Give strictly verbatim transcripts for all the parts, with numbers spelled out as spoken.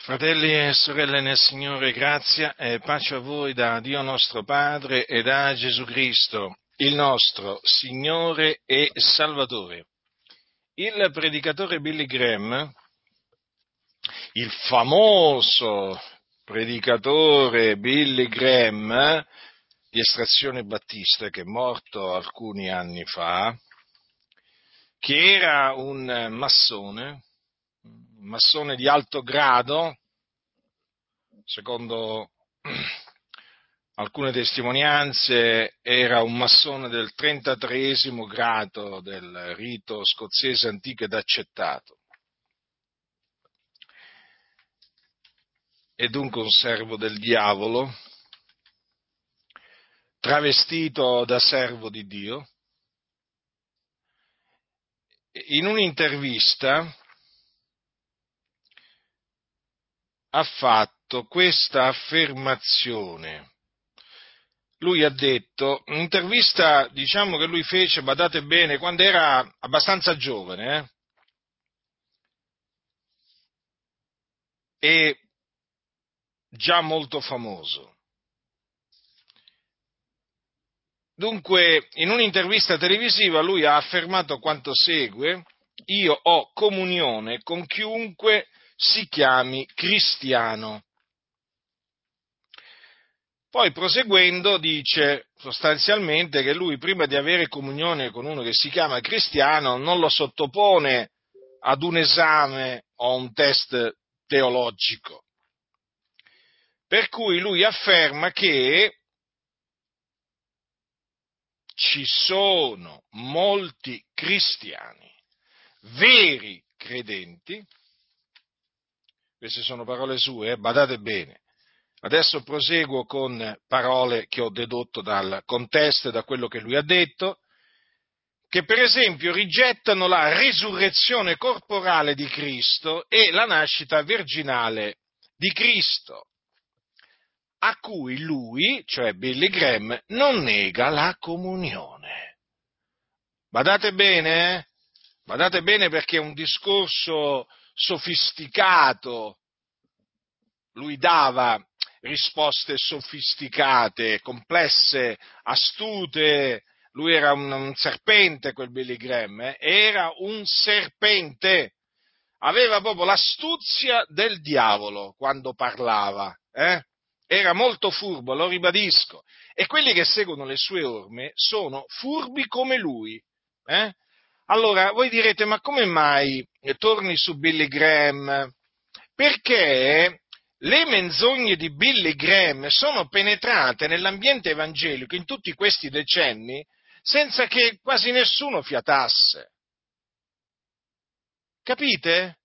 Fratelli e sorelle nel Signore, grazia e pace a voi da Dio nostro Padre e da Gesù Cristo, il nostro Signore e Salvatore. Il predicatore Billy Graham, il famoso predicatore Billy Graham di estrazione battista, che è morto alcuni anni fa, che era un massone, un massone di alto grado, secondo alcune testimonianze era un massone del trentatreesimo grado del rito scozzese antico ed accettato, e dunque un servo del diavolo, travestito da servo di Dio. In un'intervista ha fatto questa affermazione. Lui ha detto, un'intervista, diciamo, che lui fece, badate bene, quando era abbastanza giovane, eh? E già molto famoso. Dunque, in un'intervista televisiva lui ha affermato quanto segue: io ho comunione con chiunque si chiami cristiano. Poi, proseguendo, dice sostanzialmente che lui, prima di avere comunione con uno che si chiama cristiano, non lo sottopone ad un esame o a un test teologico. Per cui lui afferma che ci sono molti cristiani, veri credenti, queste sono parole sue, eh, badate bene. Adesso proseguo con parole che ho dedotto dal contesto e da quello che lui ha detto, che per esempio rigettano la risurrezione corporale di Cristo e la nascita virginale di Cristo, a cui lui, cioè Billy Graham, non nega la comunione. Badate bene, eh? Badate bene, perché è un discorso sofisticato. Lui dava risposte sofisticate, complesse, astute. Lui era un, un serpente, quel Billy Graham, eh? Era un serpente. Aveva proprio l'astuzia del diavolo quando parlava, eh? Era molto furbo, lo ribadisco. E quelli che seguono le sue orme sono furbi come lui, eh? Allora, voi direte, ma come mai torni su Billy Graham? Perché le menzogne di Billy Graham sono penetrate nell'ambiente evangelico in tutti questi decenni senza che quasi nessuno fiatasse. Capite?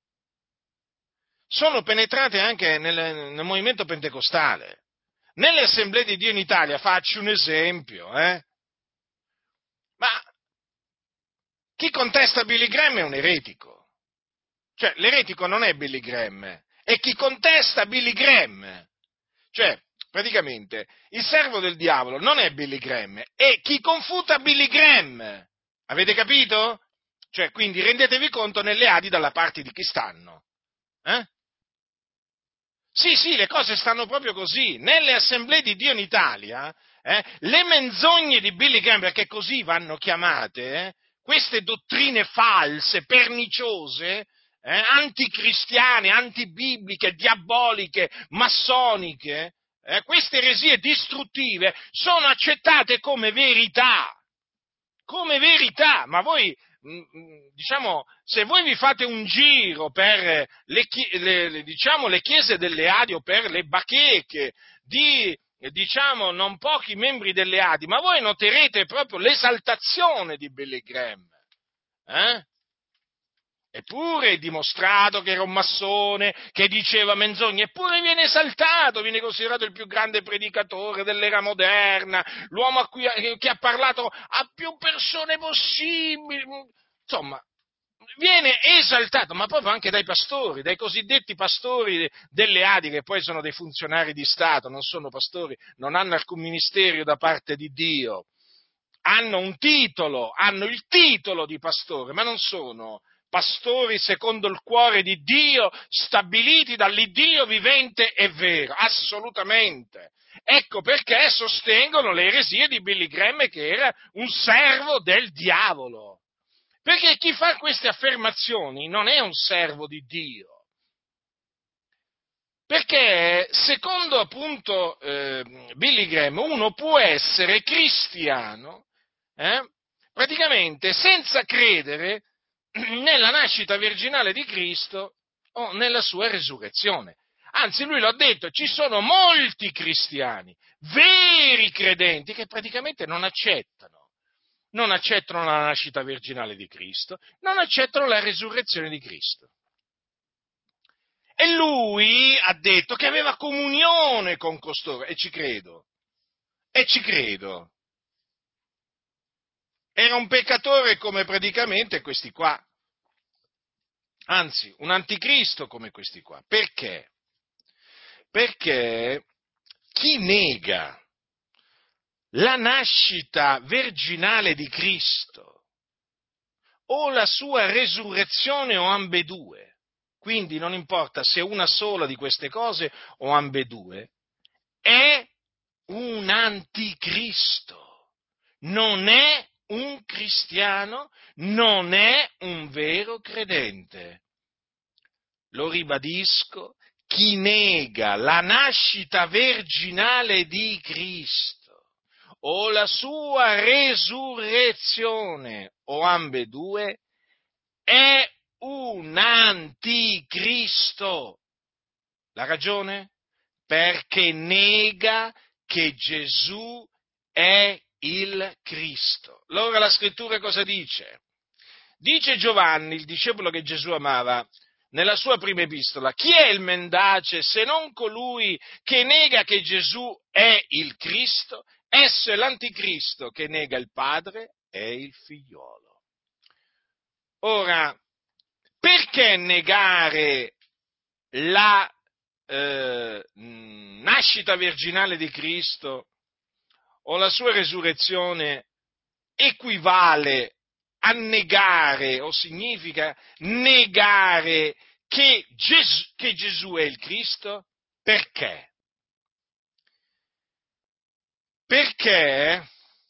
Sono penetrate anche nel, nel movimento pentecostale. Nelle assemblee di Dio in Italia, faccio un esempio, eh? Ma chi contesta Billy Graham è un eretico. Cioè, l'eretico non è Billy Graham, è chi contesta Billy Graham. Cioè, praticamente, il servo del diavolo non è Billy Graham, è chi confuta Billy Graham. Avete capito? Cioè, quindi rendetevi conto nelle Adi dalla parte di chi stanno. Eh? Sì, sì, le cose stanno proprio così. Nelle assemblee di Dio in Italia, eh, le menzogne di Billy Graham, perché così vanno chiamate, eh, queste dottrine false, perniciose, eh, anticristiane, antibibliche, diaboliche, massoniche, eh, queste eresie distruttive sono accettate come verità. Come verità, ma voi, diciamo, se voi vi fate un giro per le, le, le, diciamo, le chiese delle Adi o per le bacheche di, diciamo, non pochi membri delle Adi, ma voi noterete proprio l'esaltazione di Billy Graham, eh? Eppure è dimostrato che era un massone, che diceva menzogne, eppure viene esaltato, viene considerato il più grande predicatore dell'era moderna, l'uomo a cui, che ha parlato a più persone possibili, insomma, viene esaltato, ma proprio anche dai pastori, dai cosiddetti pastori delle Adi, che poi sono dei funzionari di Stato, non sono pastori, non hanno alcun ministero da parte di Dio, hanno un titolo, hanno il titolo di pastore, ma non sono pastori secondo il cuore di Dio, stabiliti dall'Iddio vivente e vero, assolutamente. Ecco perché sostengono le eresie di Billy Graham, che era un servo del diavolo. Perché chi fa queste affermazioni non è un servo di Dio. Perché, secondo appunto eh, Billy Graham, uno può essere cristiano eh, praticamente senza credere nella nascita virginale di Cristo o nella sua resurrezione. Anzi, lui l'ha detto, ci sono molti cristiani, veri credenti, che praticamente non accettano. Non accettano la nascita virginale di Cristo, non accettano la resurrezione di Cristo. E lui ha detto che aveva comunione con costoro, e ci credo, e ci credo. Era un peccatore come praticamente questi qua, anzi, un anticristo come questi qua. Perché? Perché chi nega la nascita virginale di Cristo o la sua resurrezione o ambedue, quindi non importa se una sola di queste cose o ambedue, è un anticristo, non è un cristiano, non è un vero credente. Lo ribadisco, chi nega la nascita virginale di Cristo o la sua resurrezione o ambedue è un anticristo. La ragione? Perché nega che Gesù è il Cristo. Allora la scrittura cosa dice? Dice Giovanni, il discepolo che Gesù amava, nella sua prima epistola: chi è il mendace se non colui che nega che Gesù è il Cristo? Esso è l'anticristo che nega il Padre e il Figliolo. Ora, perché negare la eh, nascita virginale di Cristo o la sua resurrezione equivale a negare o significa negare che Gesù, che Gesù è il Cristo? Perché? Perché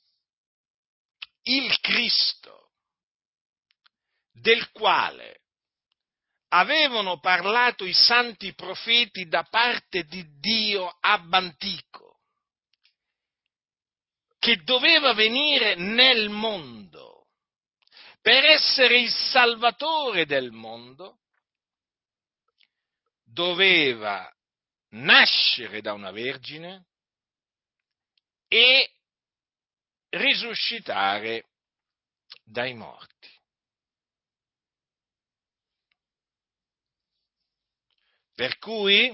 il Cristo del quale avevano parlato i santi profeti da parte di Dio ab antico, che doveva venire nel mondo per essere il Salvatore del mondo, doveva nascere da una vergine e risuscitare dai morti. Per cui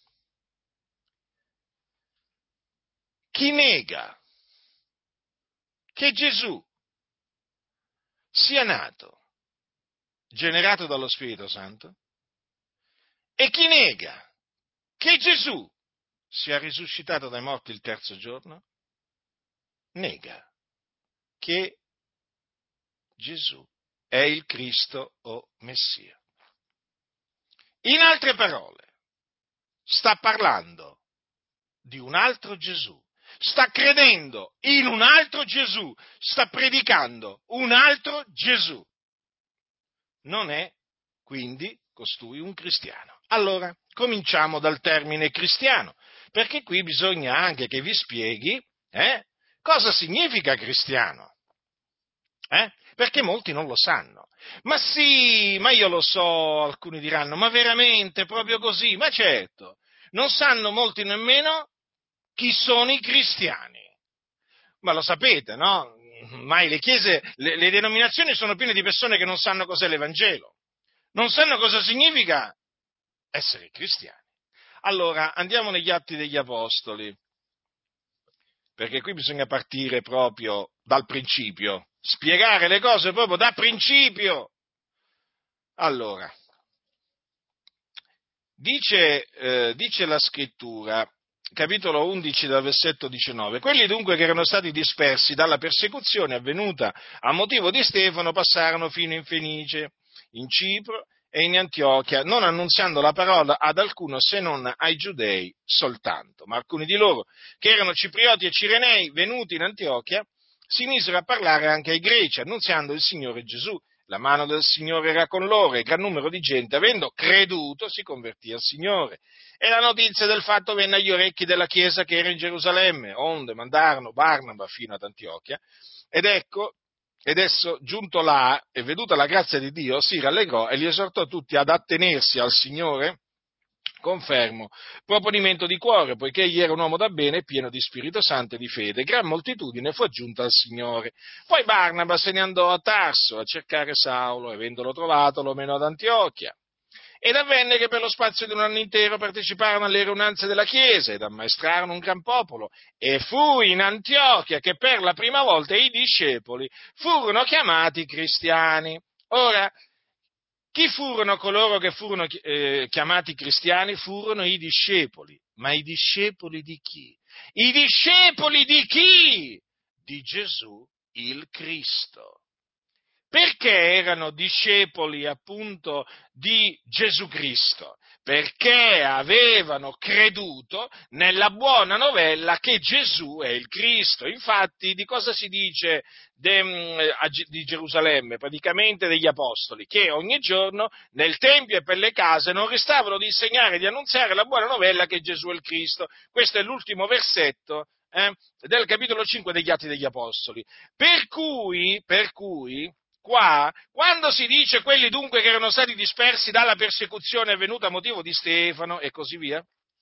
chi nega che Gesù sia nato, generato dallo Spirito Santo, e chi nega che Gesù sia risuscitato dai morti il terzo giorno, nega che Gesù è il Cristo o Messia. In altre parole, sta parlando di un altro Gesù, sta credendo in un altro Gesù, sta predicando un altro Gesù. Non è quindi costui un cristiano. Allora, cominciamo dal termine cristiano, perché qui bisogna anche che vi spieghi eh, cosa significa cristiano. Eh? Perché molti non lo sanno. Ma sì, ma io lo so, alcuni diranno, ma veramente, proprio così? Ma certo, non sanno molti nemmeno chi sono i cristiani. Ma lo sapete, no? Mai le chiese, le, le denominazioni sono piene di persone che non sanno cos'è l'Evangelo, non sanno cosa significa essere cristiani. Allora, andiamo negli Atti degli Apostoli, perché qui bisogna partire proprio dal principio, spiegare le cose proprio da principio. Allora, dice, eh, dice la scrittura, capitolo undici dal versetto diciannove, quelli dunque che erano stati dispersi dalla persecuzione avvenuta a motivo di Stefano passarono fino in Fenice, in Cipro e in Antiochia, non annunziando la parola ad alcuno se non ai giudei soltanto. Ma alcuni di loro, che erano ciprioti e cirenei, venuti in Antiochia, si misero a parlare anche ai greci, annunziando il Signore Gesù. La mano del Signore era con loro e gran numero di gente, avendo creduto, si convertì al Signore. E la notizia del fatto venne agli orecchi della Chiesa che era in Gerusalemme, onde mandarono Barnaba fino ad Antiochia. Ed ecco, ed esso, giunto là e veduta la grazia di Dio, si rallegrò e li esortò tutti ad attenersi al Signore con fermo proponimento di cuore, poiché egli era un uomo da bene, pieno di Spirito Santo e di fede. Gran moltitudine fu aggiunta al Signore. Poi Barnaba se ne andò a Tarso a cercare Saulo, e avendolo trovato lo menò ad Antiochia. Ed avvenne che per lo spazio di un anno intero parteciparono alle riunanze della Chiesa ed ammaestrarono un gran popolo. E fu in Antiochia che per la prima volta i discepoli furono chiamati cristiani. Ora, chi furono coloro che furono eh, chiamati cristiani? Furono i discepoli. Ma i discepoli di chi? I discepoli di chi? Di Gesù il Cristo. Perché erano discepoli appunto di Gesù Cristo? Perché avevano creduto nella buona novella che Gesù è il Cristo. Infatti, di cosa si dice de, di Gerusalemme? Praticamente degli apostoli, che ogni giorno nel Tempio e per le case non restavano di insegnare e di annunziare la buona novella che Gesù è il Cristo. Questo è l'ultimo versetto eh, del capitolo cinque degli Atti degli Apostoli. Per cui, per cui, qua, quando si dice quelli dunque che erano stati dispersi dalla persecuzione avvenuta a motivo di Stefano e così via,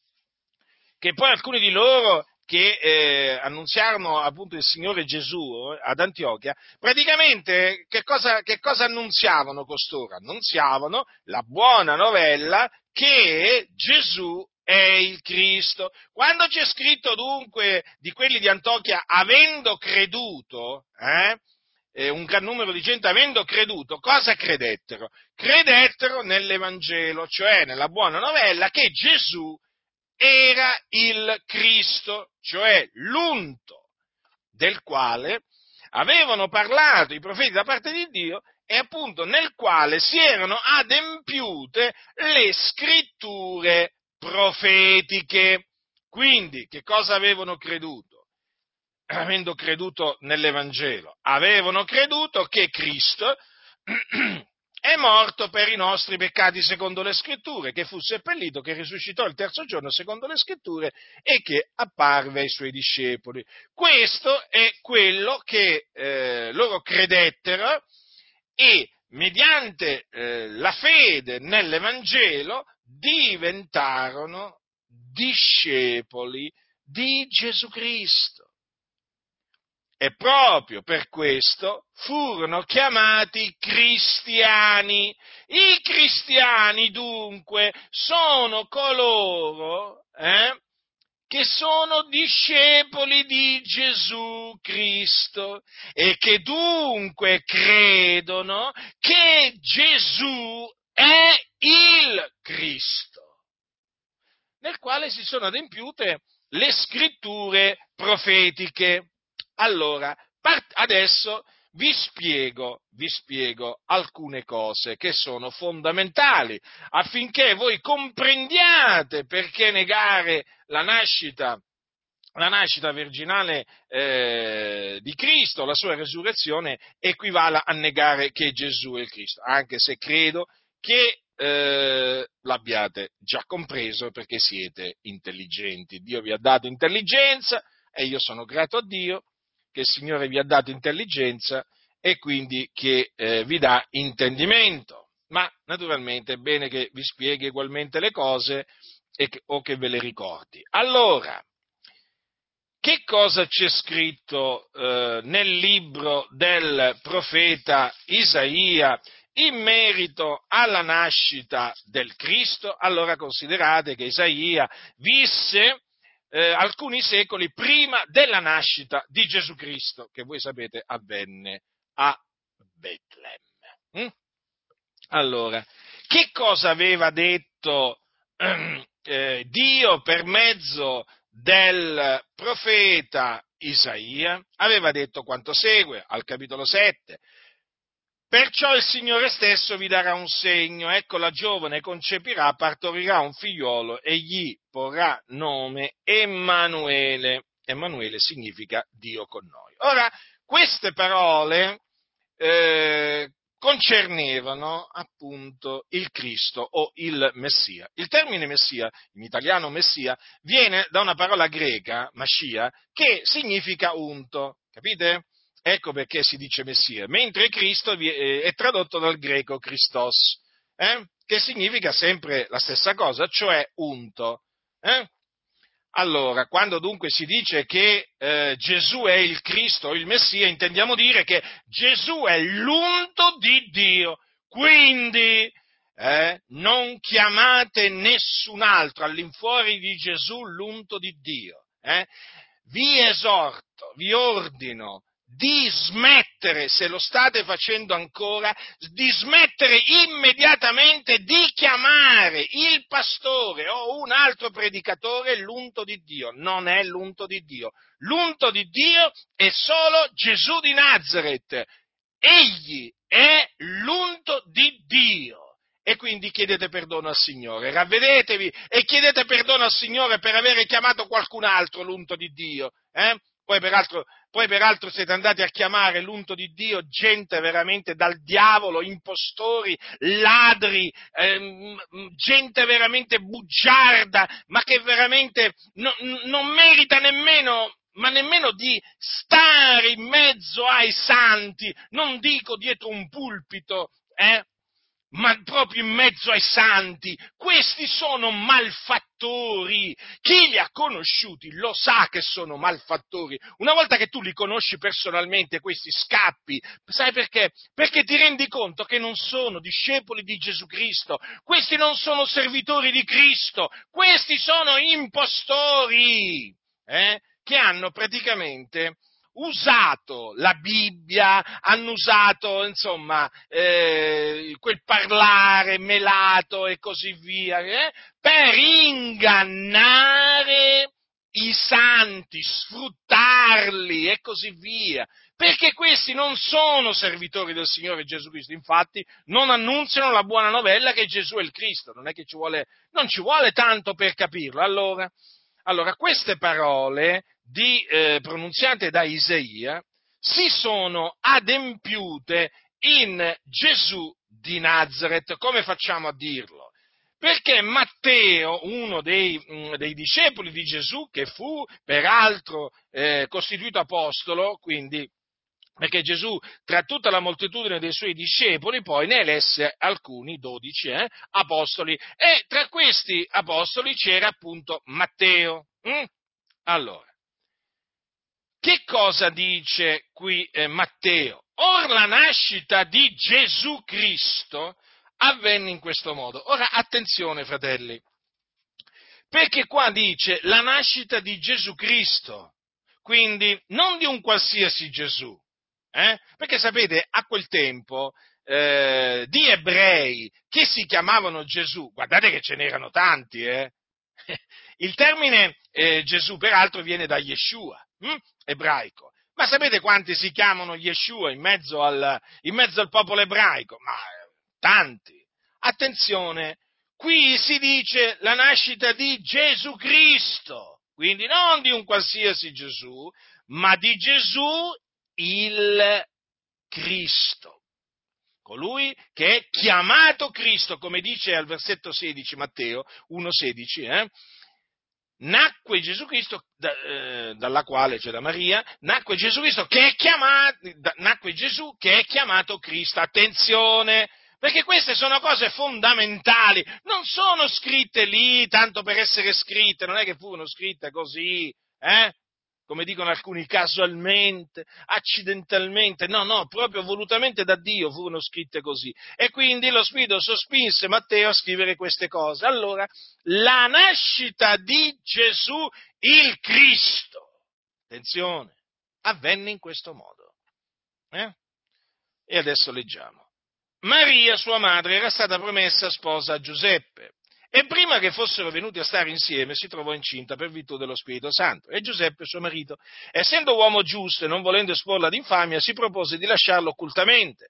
che poi alcuni di loro che eh, annunziarono appunto il Signore Gesù eh, ad Antiochia, praticamente che cosa, che cosa annunziavano costoro? Annunziavano la buona novella che Gesù è il Cristo. Quando c'è scritto dunque di quelli di Antiochia avendo creduto, eh, eh, un gran numero di gente avendo creduto, cosa credettero? Credettero nell'Evangelo, cioè nella buona novella che Gesù era il Cristo, cioè l'unto del quale avevano parlato i profeti da parte di Dio e appunto nel quale si erano adempiute le scritture profetiche. Quindi, che cosa avevano creduto? Avendo creduto nell'Evangelo, avevano creduto che Cristo è morto per i nostri peccati secondo le Scritture, che fu seppellito, che risuscitò il terzo giorno secondo le Scritture e che apparve ai suoi discepoli. Questo è quello che eh, loro credettero e mediante eh, la fede nell'Evangelo diventarono discepoli di Gesù Cristo. E proprio per questo furono chiamati cristiani. I cristiani dunque sono coloro eh, che sono discepoli di Gesù Cristo e che dunque credono che Gesù è il Cristo, nel quale si sono adempiute le scritture profetiche. Allora, part- adesso vi spiego, vi spiego alcune cose che sono fondamentali affinché voi comprendiate perché negare la nascita, la nascita virginale eh, di Cristo, la sua resurrezione, equivale a negare che Gesù è il Cristo, anche se credo che eh, l'abbiate già compreso perché siete intelligenti. Dio vi ha dato intelligenza e io sono grato a Dio che il Signore vi ha dato intelligenza e quindi che eh, vi dà intendimento. Ma naturalmente è bene che vi spieghi ugualmente le cose e che, o che ve le ricordi. Allora, che cosa c'è scritto eh, nel libro del profeta Isaia in merito alla nascita del Cristo? Allora considerate che Isaia visse eh, alcuni secoli prima della nascita di Gesù Cristo, che voi sapete avvenne a Betlemme. Mm? Allora, che cosa aveva detto eh, Dio per mezzo del profeta Isaia? Aveva detto quanto segue al capitolo sette. perciò il Signore stesso vi darà un segno, ecco la giovane concepirà, partorirà un figliolo e gli porrà nome Emanuele. Emanuele significa Dio con noi. Ora, queste parole eh, concernevano appunto il Cristo o il Messia. Il termine Messia, in italiano Messia, viene da una parola greca, Mascia, che significa unto, capite? Ecco perché si dice Messia, mentre Cristo è tradotto dal greco Christos, eh? Che significa sempre la stessa cosa, cioè unto. Eh? Allora, quando dunque si dice che eh, Gesù è il Cristo, il Messia, intendiamo dire che Gesù è l'unto di Dio, quindi eh, non chiamate nessun altro all'infuori di Gesù l'unto di Dio. Eh? Vi esorto, vi ordino di smettere, se lo state facendo ancora, di smettere immediatamente di chiamare il pastore o un altro predicatore l'unto di Dio. Non è l'unto di Dio. L'unto di Dio è solo Gesù di Nazaret. Egli è l'unto di Dio. E quindi chiedete perdono al Signore, ravvedetevi e chiedete perdono al Signore per avere chiamato qualcun altro l'unto di Dio. Eh? Poi peraltro, poi peraltro siete andati a chiamare l'unto di Dio gente veramente dal diavolo, impostori, ladri, ehm, gente veramente bugiarda, ma che veramente no, non merita nemmeno, ma nemmeno di stare in mezzo ai santi, non dico dietro un pulpito, eh? Ma proprio in mezzo ai santi. Questi sono malfattori. Chi li ha conosciuti lo sa che sono malfattori. Una volta che tu li conosci personalmente, questi scappi. Sai perché? Perché ti rendi conto che non sono discepoli di Gesù Cristo. Questi non sono servitori di Cristo. Questi sono impostori, eh? Che hanno praticamente usato la Bibbia, hanno usato, insomma, eh, quel parlare melato e così via, eh, per ingannare i santi, sfruttarli e così via. Perché questi non sono servitori del Signore Gesù Cristo, infatti non annunziano la buona novella che Gesù è il Cristo, non è che ci vuole, non ci vuole tanto per capirlo. Allora, allora queste parole di, eh, pronunziate da Isaia si sono adempiute in Gesù di Nazaret. Come facciamo a dirlo? Perché Matteo, uno dei, mh, dei discepoli di Gesù, che fu peraltro eh, costituito apostolo, quindi perché Gesù, tra tutta la moltitudine dei suoi discepoli, poi ne elesse alcuni, dodici, eh, apostoli, e tra questi apostoli c'era appunto Matteo. Mm? Allora, che cosa dice qui eh, Matteo? Or la nascita di Gesù Cristo avvenne in questo modo. Ora, attenzione, fratelli, perché qua dice la nascita di Gesù Cristo, quindi non di un qualsiasi Gesù. Eh? Perché sapete, a quel tempo eh, di ebrei che si chiamavano Gesù, guardate che ce n'erano tanti, eh? Il termine eh, Gesù peraltro viene da Yeshua, hm? ebraico, ma sapete quanti si chiamano Yeshua in mezzo al, in mezzo al popolo ebraico? Ma eh, tanti. Attenzione, qui si dice la nascita di Gesù Cristo, quindi non di un qualsiasi Gesù, ma di Gesù il Cristo, colui che è chiamato Cristo, come dice al versetto sedici, Matteo uno sedici, eh? Nacque Gesù Cristo, da, eh, dalla quale, cioè da Maria, nacque Gesù Cristo che è chiamato, da, nacque Gesù che è chiamato Cristo. Attenzione, perché queste sono cose fondamentali, non sono scritte lì tanto per essere scritte, non è che furono scritte così, eh? Come dicono alcuni, casualmente, accidentalmente, no, no, proprio volutamente da Dio furono scritte così. E quindi lo Spirito sospinse Matteo a scrivere queste cose. Allora, la nascita di Gesù il Cristo, attenzione, avvenne in questo modo. Eh? E adesso leggiamo. Maria, sua madre, era stata promessa sposa a Giuseppe. E prima che fossero venuti a stare insieme si trovò incinta per virtù dello Spirito Santo. E Giuseppe, suo marito, essendo uomo giusto e non volendo esporla ad infamia, si propose di lasciarlo occultamente.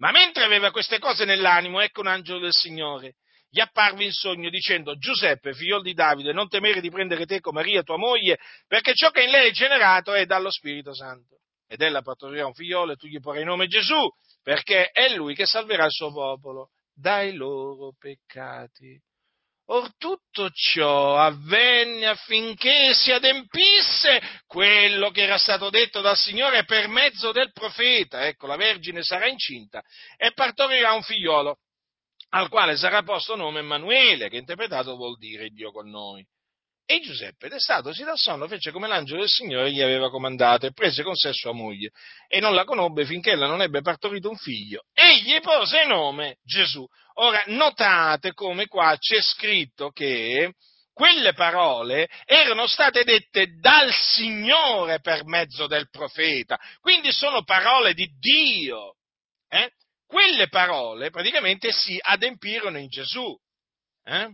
Ma mentre aveva queste cose nell'animo, ecco un angelo del Signore gli apparve in sogno dicendo: Giuseppe, figliol di Davide, non temere di prendere teco Maria, tua moglie, perché ciò che in lei è generato è dallo Spirito Santo. Ed ella partorirà un figliolo e tu gli porrai nome Gesù, perché è lui che salverà il suo popolo dai loro peccati. Or tutto ciò avvenne affinché si adempisse quello che era stato detto dal Signore per mezzo del profeta. Ecco, la Vergine sarà incinta e partorirà un figliolo, al quale sarà posto nome Emanuele, che interpretato vuol dire Dio con noi. E Giuseppe, destatosi dal sonno, fece come l'angelo del Signore gli aveva comandato e prese con sé sua moglie e non la conobbe finché ella non ebbe partorito un figlio e gli pose nome Gesù. Ora, notate come qua c'è scritto che quelle parole erano state dette dal Signore per mezzo del profeta, quindi sono parole di Dio. Eh? Quelle parole praticamente si adempirono in Gesù. Eh?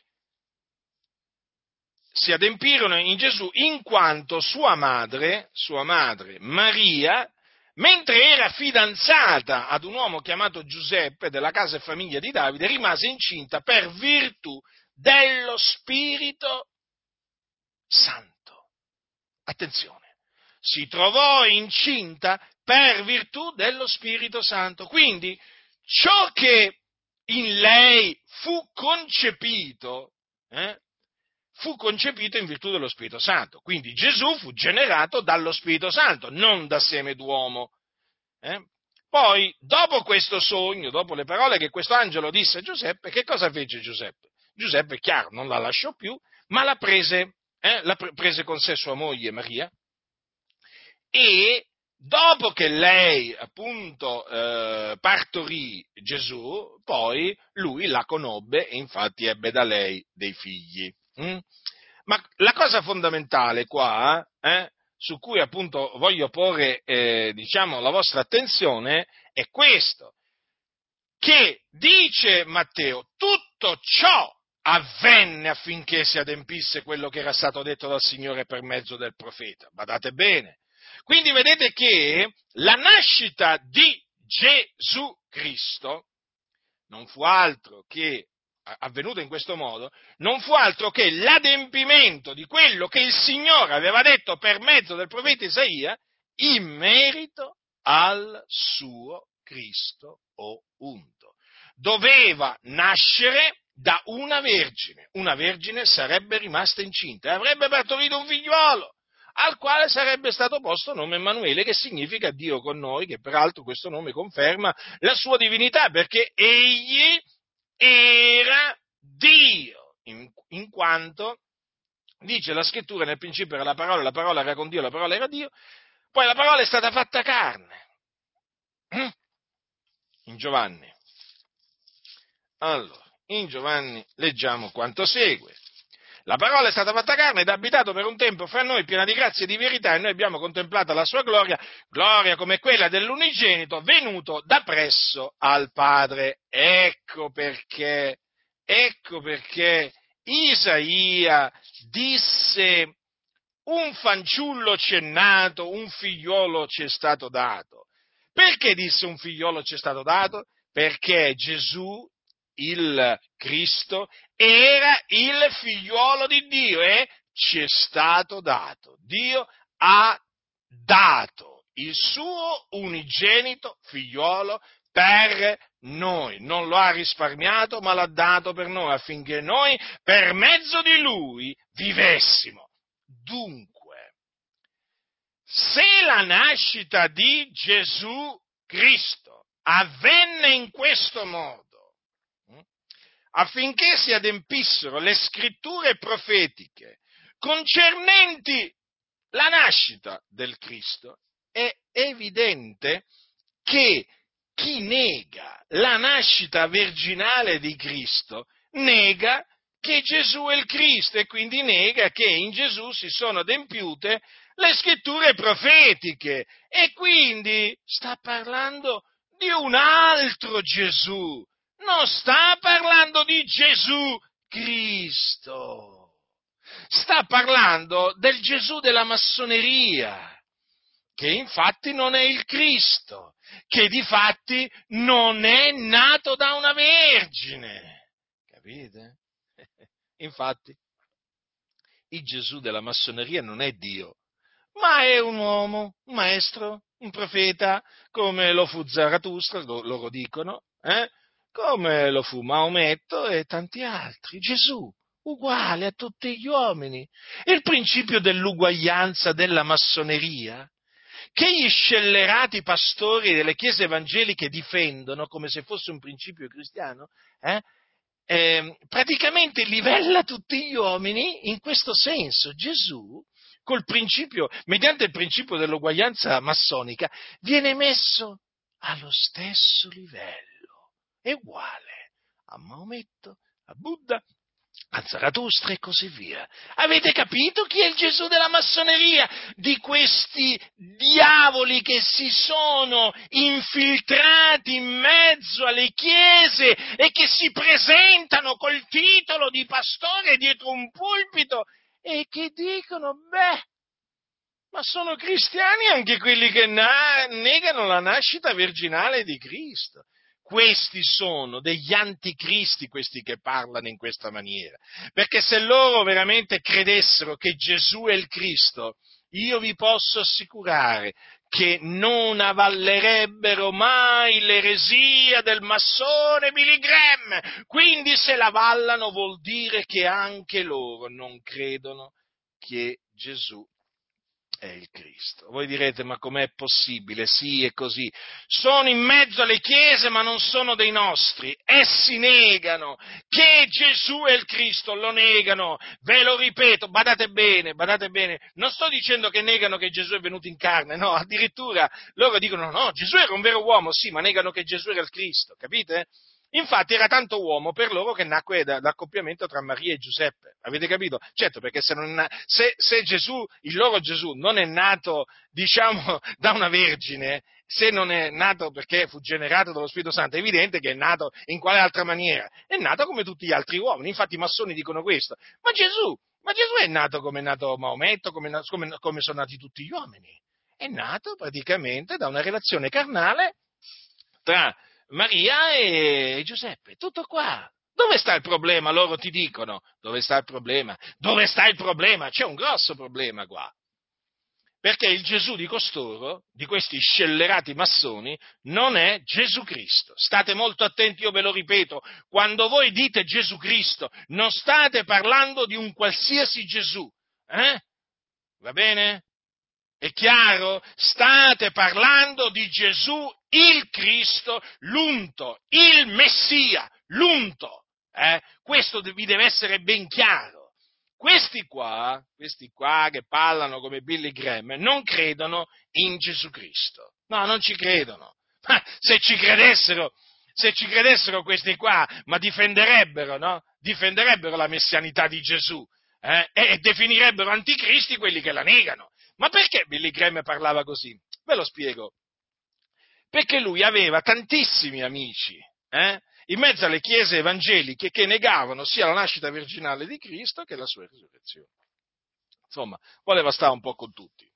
Si adempirono in Gesù in quanto sua madre, sua madre Maria, mentre era fidanzata ad un uomo chiamato Giuseppe della casa e famiglia di Davide, rimase incinta per virtù dello Spirito Santo. Attenzione, si trovò incinta per virtù dello Spirito Santo. Quindi ciò che in lei fu concepito, eh, fu concepito in virtù dello Spirito Santo. Quindi Gesù fu generato dallo Spirito Santo, non da seme d'uomo. Eh? Poi, dopo questo sogno, dopo le parole che questo angelo disse a Giuseppe, che cosa fece Giuseppe? Giuseppe, è chiaro, non la lasciò più, ma la prese, eh, la pre- prese con sé sua moglie Maria, e dopo che lei appunto eh, partorì Gesù, poi lui la conobbe e infatti ebbe da lei dei figli. Mm? Ma la cosa fondamentale qua, eh, su cui appunto voglio porre eh, diciamo, la vostra attenzione, è questo, che dice Matteo, tutto ciò avvenne affinché si adempisse quello che era stato detto dal Signore per mezzo del profeta. Badate bene. Quindi vedete che la nascita di Gesù Cristo non fu altro che, avvenuta in questo modo, non fu altro che l'adempimento di quello che il Signore aveva detto per mezzo del profeta Isaia in merito al suo Cristo o unto. Doveva nascere da una vergine, una vergine sarebbe rimasta incinta e avrebbe partorito un figliuolo, al quale sarebbe stato posto nome Emanuele, che significa Dio con noi, che peraltro questo nome conferma la sua divinità, perché egli era Dio, in, in quanto, dice la scrittura, nel principio era la parola, la parola era con Dio, la parola era Dio, poi la parola è stata fatta carne. In Giovanni. Allora, in Giovanni leggiamo quanto segue. La parola è stata fatta carne ed ha abitato per un tempo fra noi, piena di grazia e di verità, e noi abbiamo contemplato la sua gloria, gloria come quella dell'unigenito, venuto da presso al Padre. Ecco perché, ecco perché Isaia disse: un fanciullo ci è nato, un figliolo ci è stato dato. Perché disse un figliolo ci è stato dato? Perché Gesù, il Cristo, era il figliuolo di Dio e ci è stato dato. Dio ha dato il suo unigenito figliuolo per noi. Non lo ha risparmiato, ma l'ha dato per noi, affinché noi, per mezzo di lui, vivessimo. Dunque, se la nascita di Gesù Cristo avvenne in questo modo, affinché si adempissero le scritture profetiche concernenti la nascita del Cristo, è evidente che chi nega la nascita virginale di Cristo nega che Gesù è il Cristo e quindi nega che in Gesù si sono adempiute le scritture profetiche e quindi sta parlando di un altro Gesù, non sta parlando di Gesù Cristo, sta parlando del Gesù della massoneria, che infatti non è il Cristo, che difatti non è nato da una vergine. Capite? Infatti, il Gesù della massoneria non è Dio, ma è un uomo, un maestro, un profeta, come lo fu Zarathustra, lo, loro dicono, eh? Come lo fu Maometto e tanti altri. Gesù, uguale a tutti gli uomini. Il principio dell'uguaglianza della massoneria, che gli scellerati pastori delle chiese evangeliche difendono come se fosse un principio cristiano, eh? Eh, praticamente livella tutti gli uomini in questo senso. Gesù, col principio, mediante il principio dell'uguaglianza massonica, viene messo allo stesso livello, è uguale a Maometto, a Buddha, a Zarathustra e così via. Avete capito chi è il Gesù della massoneria? Di questi diavoli che si sono infiltrati in mezzo alle chiese e che si presentano col titolo di pastore dietro un pulpito e che dicono, beh, ma sono cristiani anche quelli che na- negano la nascita virginale di Cristo. Questi sono degli anticristi, questi che parlano in questa maniera, perché se loro veramente credessero che Gesù è il Cristo, io vi posso assicurare che non avallerebbero mai l'eresia del massone Billy Graham, quindi se l'avallano vuol dire che anche loro non credono che Gesù è il Cristo. Voi direte, ma com'è possibile? Sì, è così. Sono in mezzo alle chiese, ma non sono dei nostri. Essi negano che Gesù è il Cristo, lo negano. Ve lo ripeto, badate bene, badate bene. Non sto dicendo che negano che Gesù è venuto in carne, no, addirittura loro dicono, no, Gesù era un vero uomo, sì, ma negano che Gesù era il Cristo, capite? Infatti era tanto uomo per loro che nacque l'accoppiamento tra Maria e Giuseppe, avete capito? Certo, perché se, non è, se, se Gesù, il loro Gesù, non è nato, diciamo, da una vergine, se non è nato perché fu generato dallo Spirito Santo, è evidente che è nato in quale altra maniera? È nato come tutti gli altri uomini, infatti i massoni dicono questo, ma Gesù, ma Gesù è nato come è nato Maometto, come, come, come sono nati tutti gli uomini, è nato praticamente da una relazione carnale tra Maria e Giuseppe, tutto qua. Dove sta il problema? Loro ti dicono. Dove sta il problema? Dove sta il problema? C'è un grosso problema qua. Perché il Gesù di costoro, di questi scellerati massoni, non è Gesù Cristo. State molto attenti, io ve lo ripeto, quando voi dite Gesù Cristo, non state parlando di un qualsiasi Gesù. Eh? Va bene? È chiaro? State parlando di Gesù il Cristo, l'unto, il Messia, l'unto. Eh? Questo vi deve essere ben chiaro. Questi qua, questi qua che parlano come Billy Graham, non credono in Gesù Cristo. No, non ci credono. Ma se ci credessero, se ci credessero questi qua, ma difenderebbero, no? Difenderebbero la messianità di Gesù, eh? E definirebbero anticristi quelli che la negano. Ma perché Billy Graham parlava così? Ve lo spiego. Perché lui aveva tantissimi amici, eh? In mezzo alle chiese evangeliche che negavano sia la nascita virginale di Cristo che la sua risurrezione. Insomma, voleva stare un po' con tutti.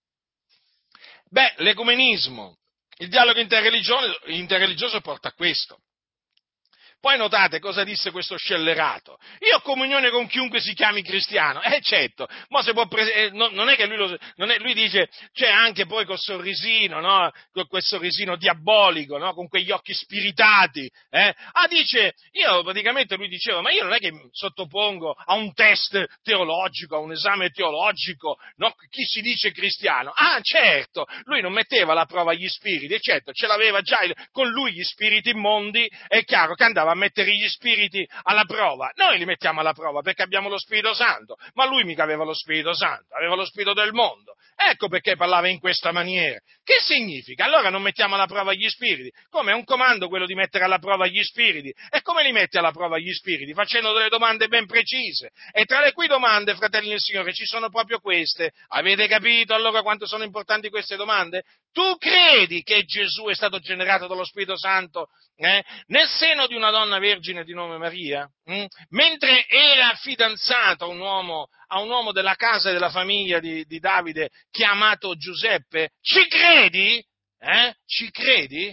Beh, l'ecumenismo, il dialogo interreligioso, interreligioso porta a questo. Poi notate cosa disse questo scellerato. Io ho comunione con chiunque si chiami cristiano. Eh certo, ma se può pre- eh, no, non è che lui, lo, non è, lui dice, c'è anche poi col sorrisino, no? Con quel sorrisino diabolico, no? Con quegli occhi spiritati. Eh? Ah, dice, io praticamente lui diceva, ma io non è che mi sottopongo a un test teologico, a un esame teologico, no? Chi si dice cristiano? Ah, certo, lui non metteva alla prova gli spiriti, certo, ce l'aveva già il, con lui gli spiriti immondi, è chiaro che andava a mettere gli spiriti alla prova. Noi li mettiamo alla prova perché abbiamo lo Spirito Santo, ma lui mica aveva lo Spirito Santo, aveva lo Spirito del mondo. Ecco perché parlava in questa maniera. Che significa? Allora non mettiamo alla prova gli spiriti. Come è un comando quello di mettere alla prova gli spiriti? E come li metti alla prova gli spiriti? Facendo delle domande ben precise. E tra le cui domande, fratelli del Signore, ci sono proprio queste. Avete capito allora quanto sono importanti queste domande? Tu credi che Gesù è stato generato dallo Spirito Santo eh? nel seno di una donna vergine di nome Maria, mh? mentre era fidanzato a un uomo, a un uomo della casa e della famiglia di, di Davide chiamato Giuseppe, ci credi? Eh? Ci credi?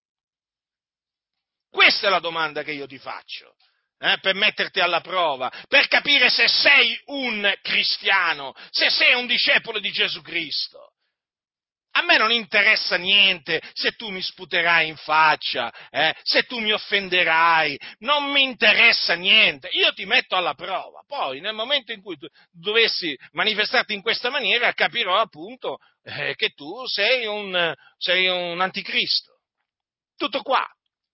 Questa è la domanda che io ti faccio, eh, per metterti alla prova, per capire se sei un cristiano, se sei un discepolo di Gesù Cristo. A me non interessa niente se tu mi sputerai in faccia, eh, se tu mi offenderai, non mi interessa niente, io ti metto alla prova. Poi nel momento in cui tu dovessi manifestarti in questa maniera capirò appunto eh, che tu sei un, sei un anticristo. Tutto qua.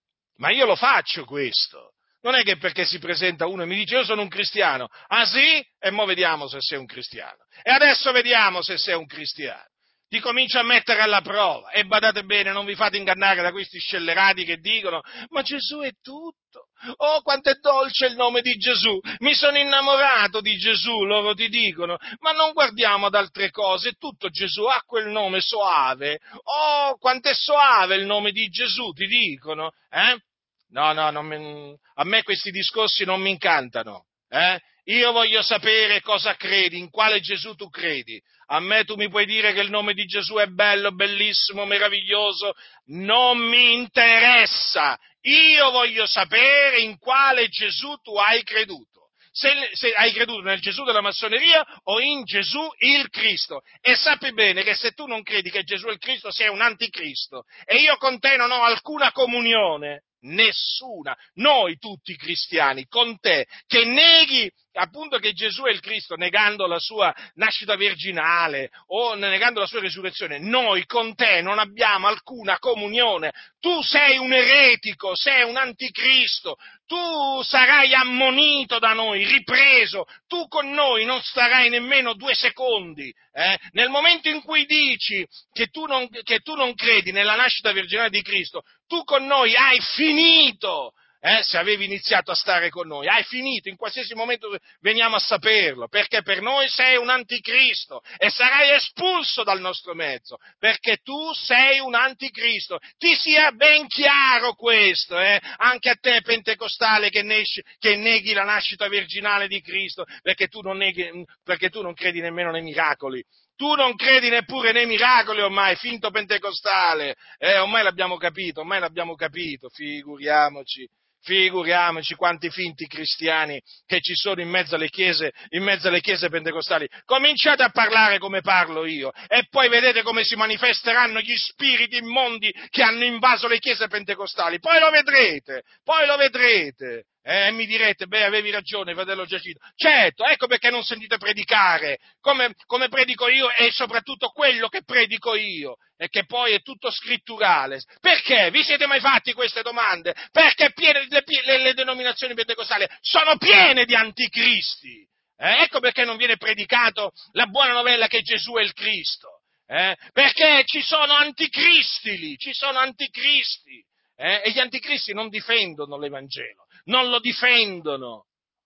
Ma io lo faccio questo. Non è che perché si presenta uno e mi dice io sono un cristiano. Ah sì? E mo vediamo se sei un cristiano. E adesso vediamo se sei un cristiano. Ti comincio a mettere alla prova. E badate bene, non vi fate ingannare da questi scellerati che dicono ma Gesù è tutto. Oh, quanto è dolce il nome di Gesù. Mi sono innamorato di Gesù, loro ti dicono. Ma non guardiamo ad altre cose. Tutto Gesù ha quel nome soave. Oh, quanto è soave il nome di Gesù, ti dicono. Eh? No, no, non mi, a me questi discorsi non mi incantano. Eh? Io voglio sapere cosa credi, in quale Gesù tu credi. A me tu mi puoi dire che il nome di Gesù è bello, bellissimo, meraviglioso. Non mi interessa. Io voglio sapere in quale Gesù tu hai creduto. Se, se hai creduto nel Gesù della massoneria o in Gesù il Cristo. E sappi bene che se tu non credi che Gesù è il Cristo sei un anticristo. E io con te non ho alcuna comunione. Nessuna, noi tutti cristiani, con te, che neghi appunto che Gesù è il Cristo, negando la sua nascita virginale o negando la sua risurrezione, noi con te non abbiamo alcuna comunione, tu sei un eretico, sei un anticristo, tu sarai ammonito da noi, ripreso, tu con noi non starai nemmeno due secondi, eh? Nel momento in cui dici che tu, non, che tu non credi nella nascita virginale di Cristo, tu con noi hai finito, eh, se avevi iniziato a stare con noi, hai finito, in qualsiasi momento veniamo a saperlo, perché per noi sei un anticristo e sarai espulso dal nostro mezzo, perché tu sei un anticristo, ti sia ben chiaro questo, eh, anche a te pentecostale che, nesci, che neghi la nascita virginale di Cristo, perché tu non, neghi, perché tu non credi nemmeno nei miracoli. Tu non credi neppure nei miracoli ormai, finto pentecostale, eh, ormai l'abbiamo capito, ormai l'abbiamo capito, figuriamoci, figuriamoci quanti finti cristiani che ci sono in mezzo alle chiese, in mezzo alle chiese pentecostali. Cominciate a parlare come parlo io e poi vedete come si manifesteranno gli spiriti immondi che hanno invaso le chiese pentecostali, poi lo vedrete, poi lo vedrete. E eh, mi direte, beh, avevi ragione, fratello Giacinto. Certo, ecco perché non sentite predicare come, come predico io e soprattutto quello che predico io, e che poi è tutto scritturale. Perché? Vi siete mai fatti queste domande? Perché piene, le, le, le denominazioni pentecostali sono piene di anticristi. Eh? Ecco perché non viene predicato la buona novella che Gesù è il Cristo. Eh? Perché ci sono anticristi lì, ci sono anticristi. Eh? E gli anticristi non difendono l'Evangelo, non lo difendono,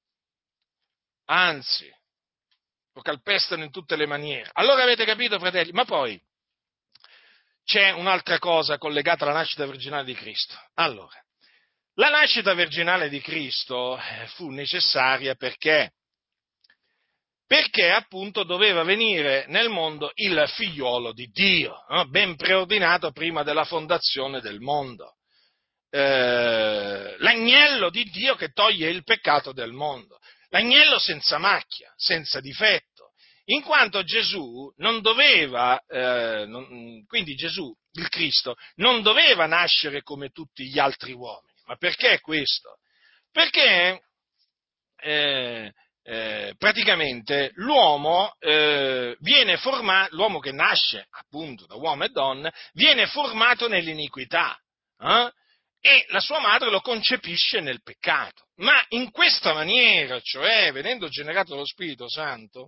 anzi, lo calpestano in tutte le maniere. Allora avete capito, fratelli? Ma poi c'è un'altra cosa collegata alla nascita virginale di Cristo. Allora, la nascita virginale di Cristo fu necessaria perché? Perché appunto doveva venire nel mondo il figliuolo di Dio, no? Ben preordinato prima della fondazione del mondo. Eh, l'agnello di Dio che toglie il peccato del mondo, l'agnello senza macchia, senza difetto, in quanto Gesù non doveva, eh, non, quindi Gesù, il Cristo, non doveva nascere come tutti gli altri uomini. Ma perché questo? Perché eh, eh, praticamente l'uomo eh, viene formato, l'uomo che nasce appunto da uomo e donna, viene formato nell'iniquità, eh? E la sua madre lo concepisce nel peccato. Ma in questa maniera, cioè venendo generato dallo Spirito Santo,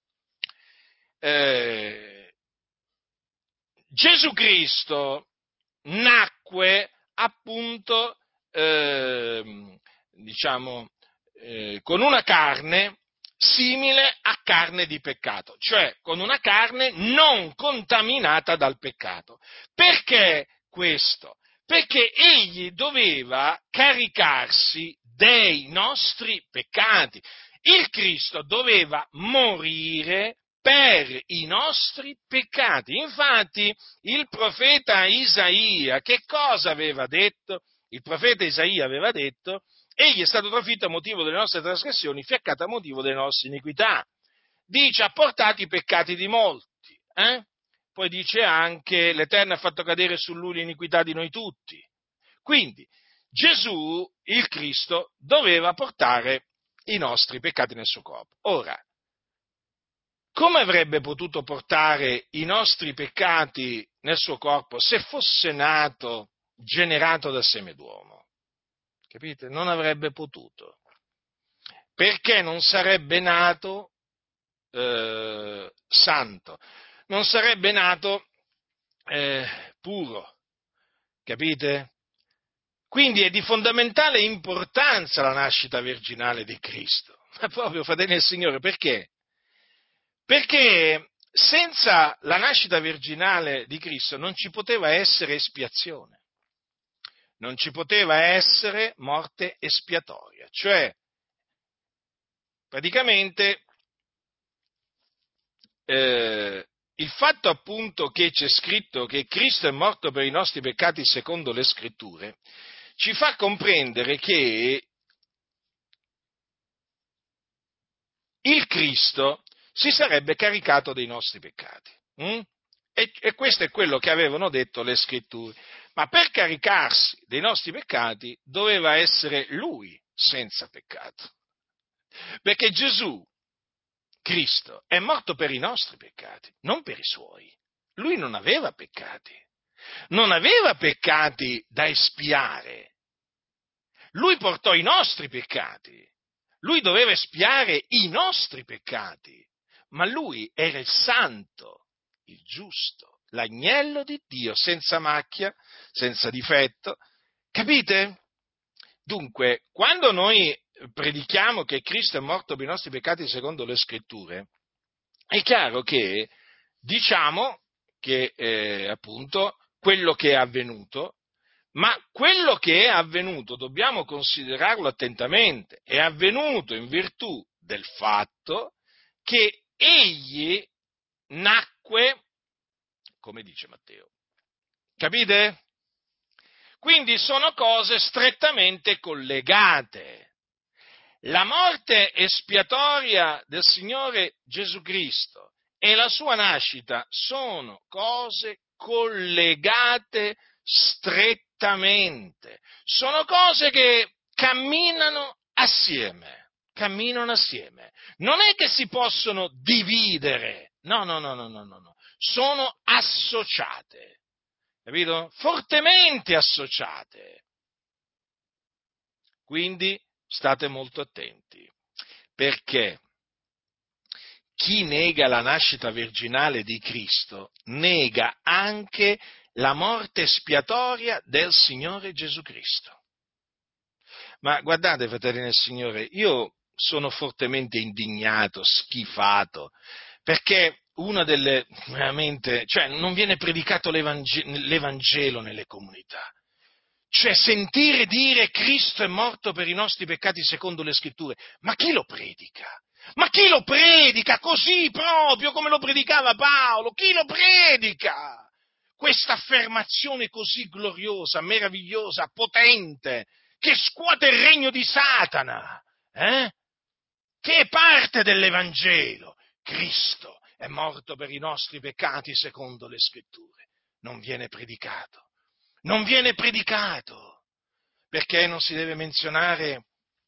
eh, Gesù Cristo nacque appunto, eh, diciamo, eh, con una carne simile a carne di peccato, cioè con una carne non contaminata dal peccato. Perché questo? perché egli doveva caricarsi dei nostri peccati. Il Cristo doveva morire per i nostri peccati. Infatti, il profeta Isaia, che cosa aveva detto? Il profeta Isaia aveva detto: egli è stato trafitto a motivo delle nostre trasgressioni, fiaccato a motivo delle nostre iniquità. Dice: ha portato i peccati di molti. Eh? Poi dice anche: l'Eterno ha fatto cadere su lui l'iniquità di noi tutti. Quindi Gesù, il Cristo, doveva portare i nostri peccati nel suo corpo. Ora, come avrebbe potuto portare i nostri peccati nel suo corpo se fosse nato, generato da seme d'uomo? Capite? Non avrebbe potuto, perché non sarebbe nato eh, santo, non sarebbe nato eh, puro, capite? Quindi è di fondamentale importanza la nascita virginale di Cristo, ma proprio, fratelli del Signore, perché? Perché senza la nascita virginale di Cristo non ci poteva essere espiazione, non ci poteva essere morte espiatoria, cioè praticamente eh, il fatto appunto che c'è scritto che Cristo è morto per i nostri peccati secondo le Scritture ci fa comprendere che il Cristo si sarebbe caricato dei nostri peccati. Hm? E, e questo è quello che avevano detto le Scritture. Ma per caricarsi dei nostri peccati doveva essere Lui senza peccato. Perché Gesù, Cristo, è morto per i nostri peccati, non per i suoi. Lui non aveva peccati. Non aveva peccati da espiare. Lui portò i nostri peccati. Lui doveva espiare i nostri peccati, ma lui era il santo, il giusto, l'agnello di Dio, senza macchia, senza difetto. Capite? Dunque, quando noi predichiamo che Cristo è morto per i nostri peccati secondo le Scritture, è chiaro che diciamo che eh, appunto quello che è avvenuto, ma quello che è avvenuto dobbiamo considerarlo attentamente. È avvenuto in virtù del fatto che egli nacque, come dice Matteo. Capite? Quindi sono cose strettamente collegate. La morte espiatoria del Signore Gesù Cristo e la sua nascita sono cose collegate strettamente, sono cose che camminano assieme, camminano assieme. Non è che si possono dividere, no, no, no, no, no, no, no. Sono associate, capito? Fortemente associate. Quindi state molto attenti, perché chi nega la nascita virginale di Cristo nega anche la morte espiatoria del Signore Gesù Cristo. Ma guardate, fratelli del Signore, io sono fortemente indignato, schifato, perché una delle, veramente, cioè non viene predicato l'Evangelo, l'Evangelo nelle comunità. Cioè sentire dire Cristo è morto per i nostri peccati secondo le Scritture, ma chi lo predica? Ma chi lo predica così proprio come lo predicava Paolo? Chi lo predica? Questa affermazione così gloriosa, meravigliosa, potente, che scuote il regno di Satana, eh? Che è parte dell'Evangelo. Cristo è morto per i nostri peccati secondo le Scritture. Non viene predicato. Non viene predicato, perché non si deve menzionare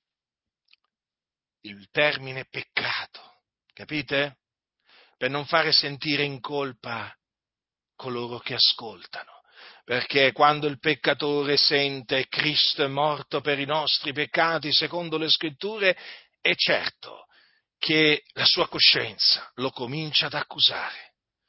il termine peccato, capite? Per non fare sentire in colpa coloro che ascoltano, perché quando il peccatore sente Cristo è morto per i nostri peccati secondo le Scritture, è certo che la sua coscienza lo comincia ad accusare.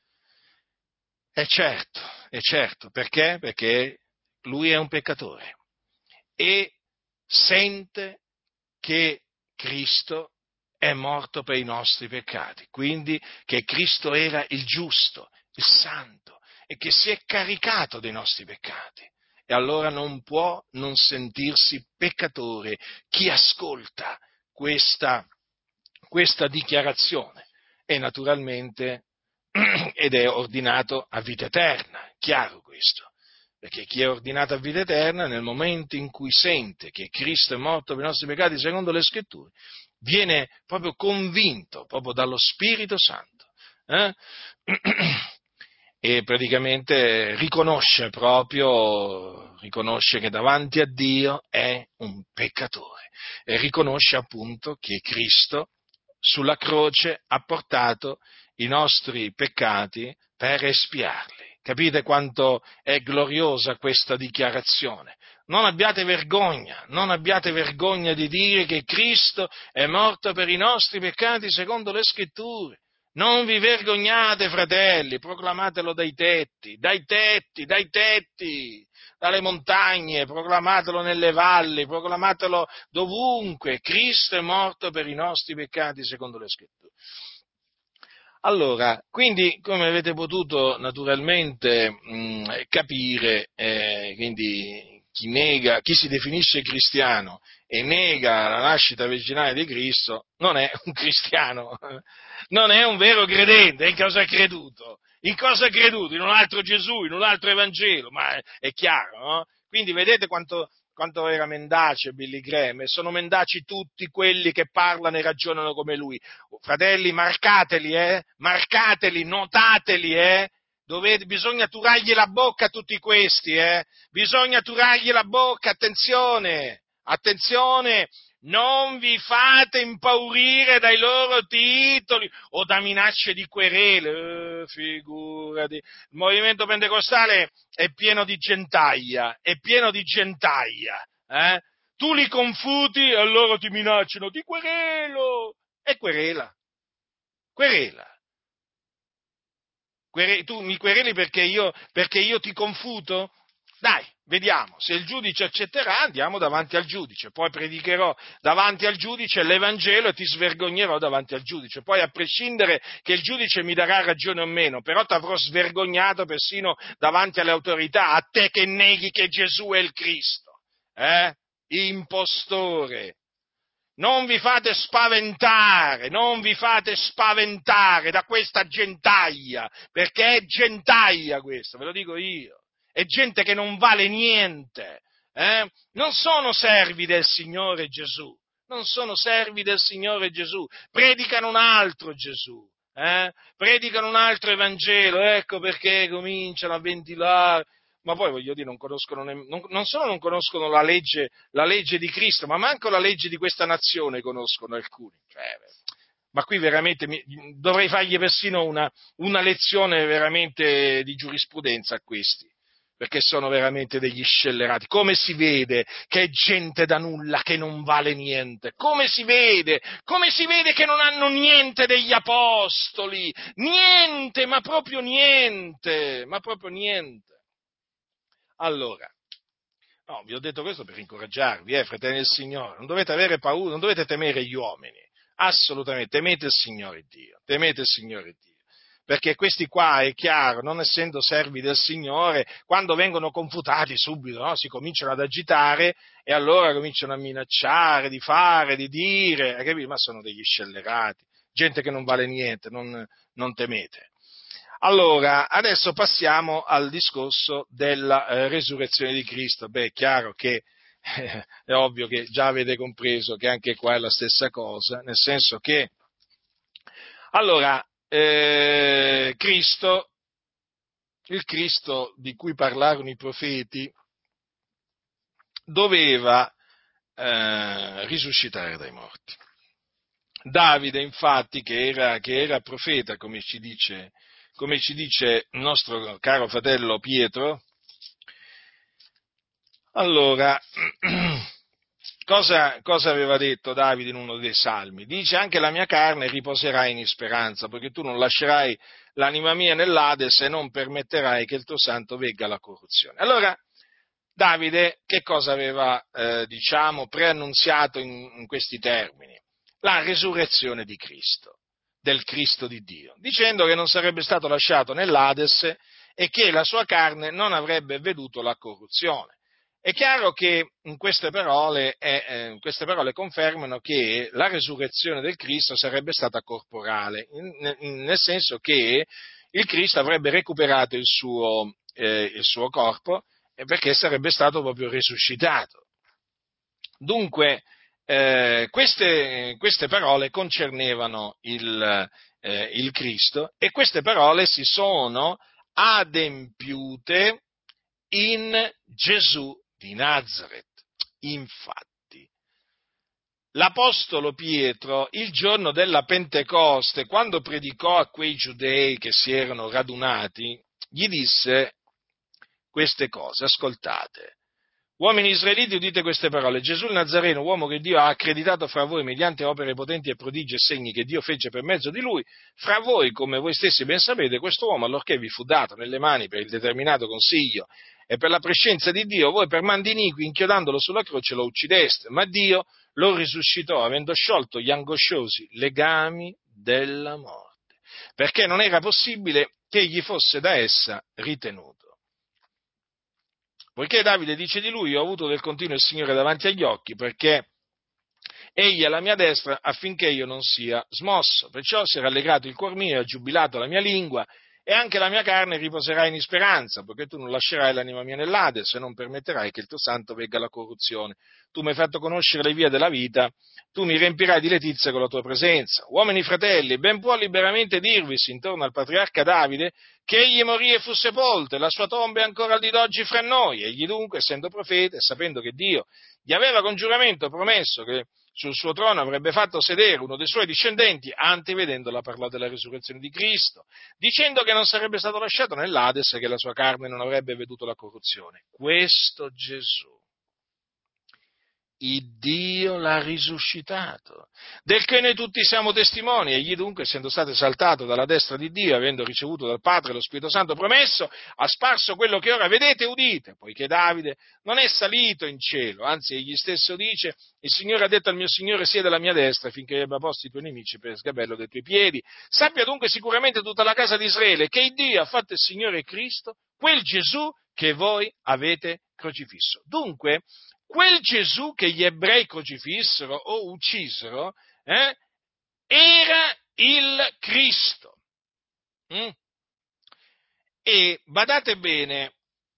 È certo, è certo, perché? Perché lui è un peccatore e sente che Cristo è morto per i nostri peccati, quindi che Cristo era il giusto, il santo e che si è caricato dei nostri peccati. e allora non può non sentirsi peccatore chi ascolta questa, questa dichiarazione e naturalmente ed è ordinato a vita eterna, chiaro questo. Perché chi è ordinato a vita eterna, nel momento in cui sente che Cristo è morto per i nostri peccati secondo le Scritture, viene proprio convinto, proprio dallo Spirito Santo, eh? E praticamente riconosce proprio, riconosce che davanti a Dio è un peccatore e riconosce appunto che Cristo sulla croce ha portato i nostri peccati per espiarli. Capite quanto è gloriosa questa dichiarazione? Non abbiate vergogna, non abbiate vergogna di dire che Cristo è morto per i nostri peccati secondo le Scritture. Non vi vergognate, fratelli, proclamatelo dai tetti, dai tetti, dai tetti, dalle montagne, proclamatelo nelle valli, proclamatelo dovunque. Cristo è morto per i nostri peccati secondo le Scritture. Allora, quindi, come avete potuto naturalmente mh, capire, eh, quindi chi nega, chi si definisce cristiano e nega la nascita virginale di Cristo, non è un cristiano, non è un vero credente. In cosa ha creduto? In cosa ha creduto? In un altro Gesù, in un altro Evangelo, ma è, è chiaro, no? Quindi vedete quanto, quanto era mendace Billy Graham, e sono mendaci tutti quelli che parlano e ragionano come lui. Fratelli, marcateli, eh? Marcateli, notateli, eh? Dovete, bisogna turargli la bocca a tutti questi, eh? Bisogna turargli la bocca, attenzione, attenzione, non vi fate impaurire dai loro titoli o da minacce di querele, eh, figurati. Il movimento pentecostale è pieno di gentaglia, è pieno di gentaglia, eh? Tu li confuti e loro ti minacciano, ti querelo, e querela, querela. Quere- tu mi quereli perché io, perché io ti confuto? Dai, vediamo, se il giudice accetterà andiamo davanti al giudice, poi predicherò davanti al giudice l'Evangelo e ti svergognerò davanti al giudice, poi a prescindere che il giudice mi darà ragione o meno, però ti avrò svergognato persino davanti alle autorità, a te che neghi che Gesù è il Cristo, eh? Impostore! Non vi fate spaventare, non vi fate spaventare da questa gentaglia, perché è gentaglia questa, ve lo dico io, è gente che non vale niente, eh? Non sono servi del Signore Gesù, non sono servi del Signore Gesù, predicano un altro Gesù, eh? Predicano un altro Evangelo, ecco perché cominciano a ventilare. Ma poi voglio dire, non conoscono, non, non solo non conoscono la legge, la legge di Cristo, ma manco la legge di questa nazione conoscono alcuni. Cioè, ma qui veramente mi, dovrei fargli persino una, una lezione veramente di giurisprudenza a questi, perché sono veramente degli scellerati. Come si vede che è gente da nulla, che non vale niente? Come si vede? Come si vede che non hanno niente degli apostoli? Niente, ma proprio niente, ma proprio niente. Allora, no, vi ho detto questo per incoraggiarvi, eh, fratelli del Signore, non dovete avere paura, non dovete temere gli uomini, assolutamente, temete il Signore Dio, temete il Signore Dio, perché questi qua, è chiaro, non essendo servi del Signore, quando vengono confutati subito, no, si cominciano ad agitare e allora cominciano a minacciare di fare, di dire, hai capito? Ma sono degli scellerati, gente che non vale niente, non, non temete. Allora, adesso passiamo al discorso della eh, resurrezione di Cristo. Beh, è chiaro che eh, è ovvio che già avete compreso che anche qua è la stessa cosa, nel senso che, allora, eh, Cristo, il Cristo di cui parlarono i profeti, doveva eh, risuscitare dai morti. Davide, infatti, che era, che era profeta, come ci dice, come ci dice il nostro caro fratello Pietro, allora, cosa, cosa aveva detto Davide in uno dei salmi? Dice: anche la mia carne riposerà in speranza, perché tu non lascerai l'anima mia nell'Ades e non permetterai che il tuo santo vegga la corruzione. Allora, Davide che cosa aveva, eh, diciamo, preannunziato in, in questi termini? La resurrezione di Cristo, del Cristo di Dio, dicendo che non sarebbe stato lasciato nell'Ades e che la sua carne non avrebbe veduto la corruzione. È chiaro che in queste parole, eh, eh, queste parole confermano che la resurrezione del Cristo sarebbe stata corporale, in, in, nel senso che il Cristo avrebbe recuperato il suo, eh, il suo corpo, eh, perché sarebbe stato proprio risuscitato. Dunque, eh, queste, queste parole concernevano il, eh, il Cristo, e queste parole si sono adempiute in Gesù di Nazaret. Infatti, l'Apostolo Pietro, il giorno della Pentecoste, quando predicò a quei giudei che si erano radunati, gli disse queste cose: ascoltate. Uomini israeliti, udite queste parole. Gesù il Nazareno, uomo che Dio ha accreditato fra voi mediante opere potenti e prodigi e segni che Dio fece per mezzo di lui, fra voi, come voi stessi ben sapete, questo uomo, allorché vi fu dato nelle mani per il determinato consiglio e per la prescienza di Dio, voi per mandi iniqui, inchiodandolo sulla croce, lo uccideste, ma Dio lo risuscitò, avendo sciolto gli angosciosi legami della morte, perché non era possibile che egli fosse da essa ritenuto. Poiché Davide dice di lui: ho avuto del continuo il Signore davanti agli occhi, perché egli è alla mia destra affinché io non sia smosso. Perciò si è rallegrato il cuor mio e ha giubilato la mia lingua, e anche la mia carne riposerà in speranza, poiché tu non lascerai l'anima mia nell'Ades e non permetterai che il tuo santo vegga alla corruzione. Tu mi hai fatto conoscere le vie della vita, tu mi riempirai di letizia con la tua presenza. Uomini fratelli, ben può liberamente dirvisi intorno al patriarca Davide che egli morì e fu sepolto, e la sua tomba è ancora al di d'oggi fra noi. Egli dunque, essendo profeta e sapendo che Dio gli aveva con giuramento promesso che sul suo trono avrebbe fatto sedere uno dei suoi discendenti, antivedendola parlò della risurrezione di Cristo, dicendo che non sarebbe stato lasciato nell'Ades e che la sua carne non avrebbe veduto la corruzione. Questo Gesù, il Dio l'ha risuscitato, del che noi tutti siamo testimoni. Egli dunque, essendo stato esaltato dalla destra di Dio, avendo ricevuto dal Padre lo Spirito Santo promesso, ha sparso quello che ora vedete e udite, poiché Davide non è salito in cielo, anzi egli stesso dice: il Signore ha detto al mio Signore: siedi alla mia destra, finché io abbia posto i tuoi nemici per sgabello dei tuoi piedi. Sappia dunque sicuramente tutta la casa di Israele che il Dio ha fatto il Signore Cristo, quel Gesù che voi avete crocifisso. Dunque, quel Gesù che gli ebrei crocifissero o uccisero eh, era il Cristo. Mm? E badate bene,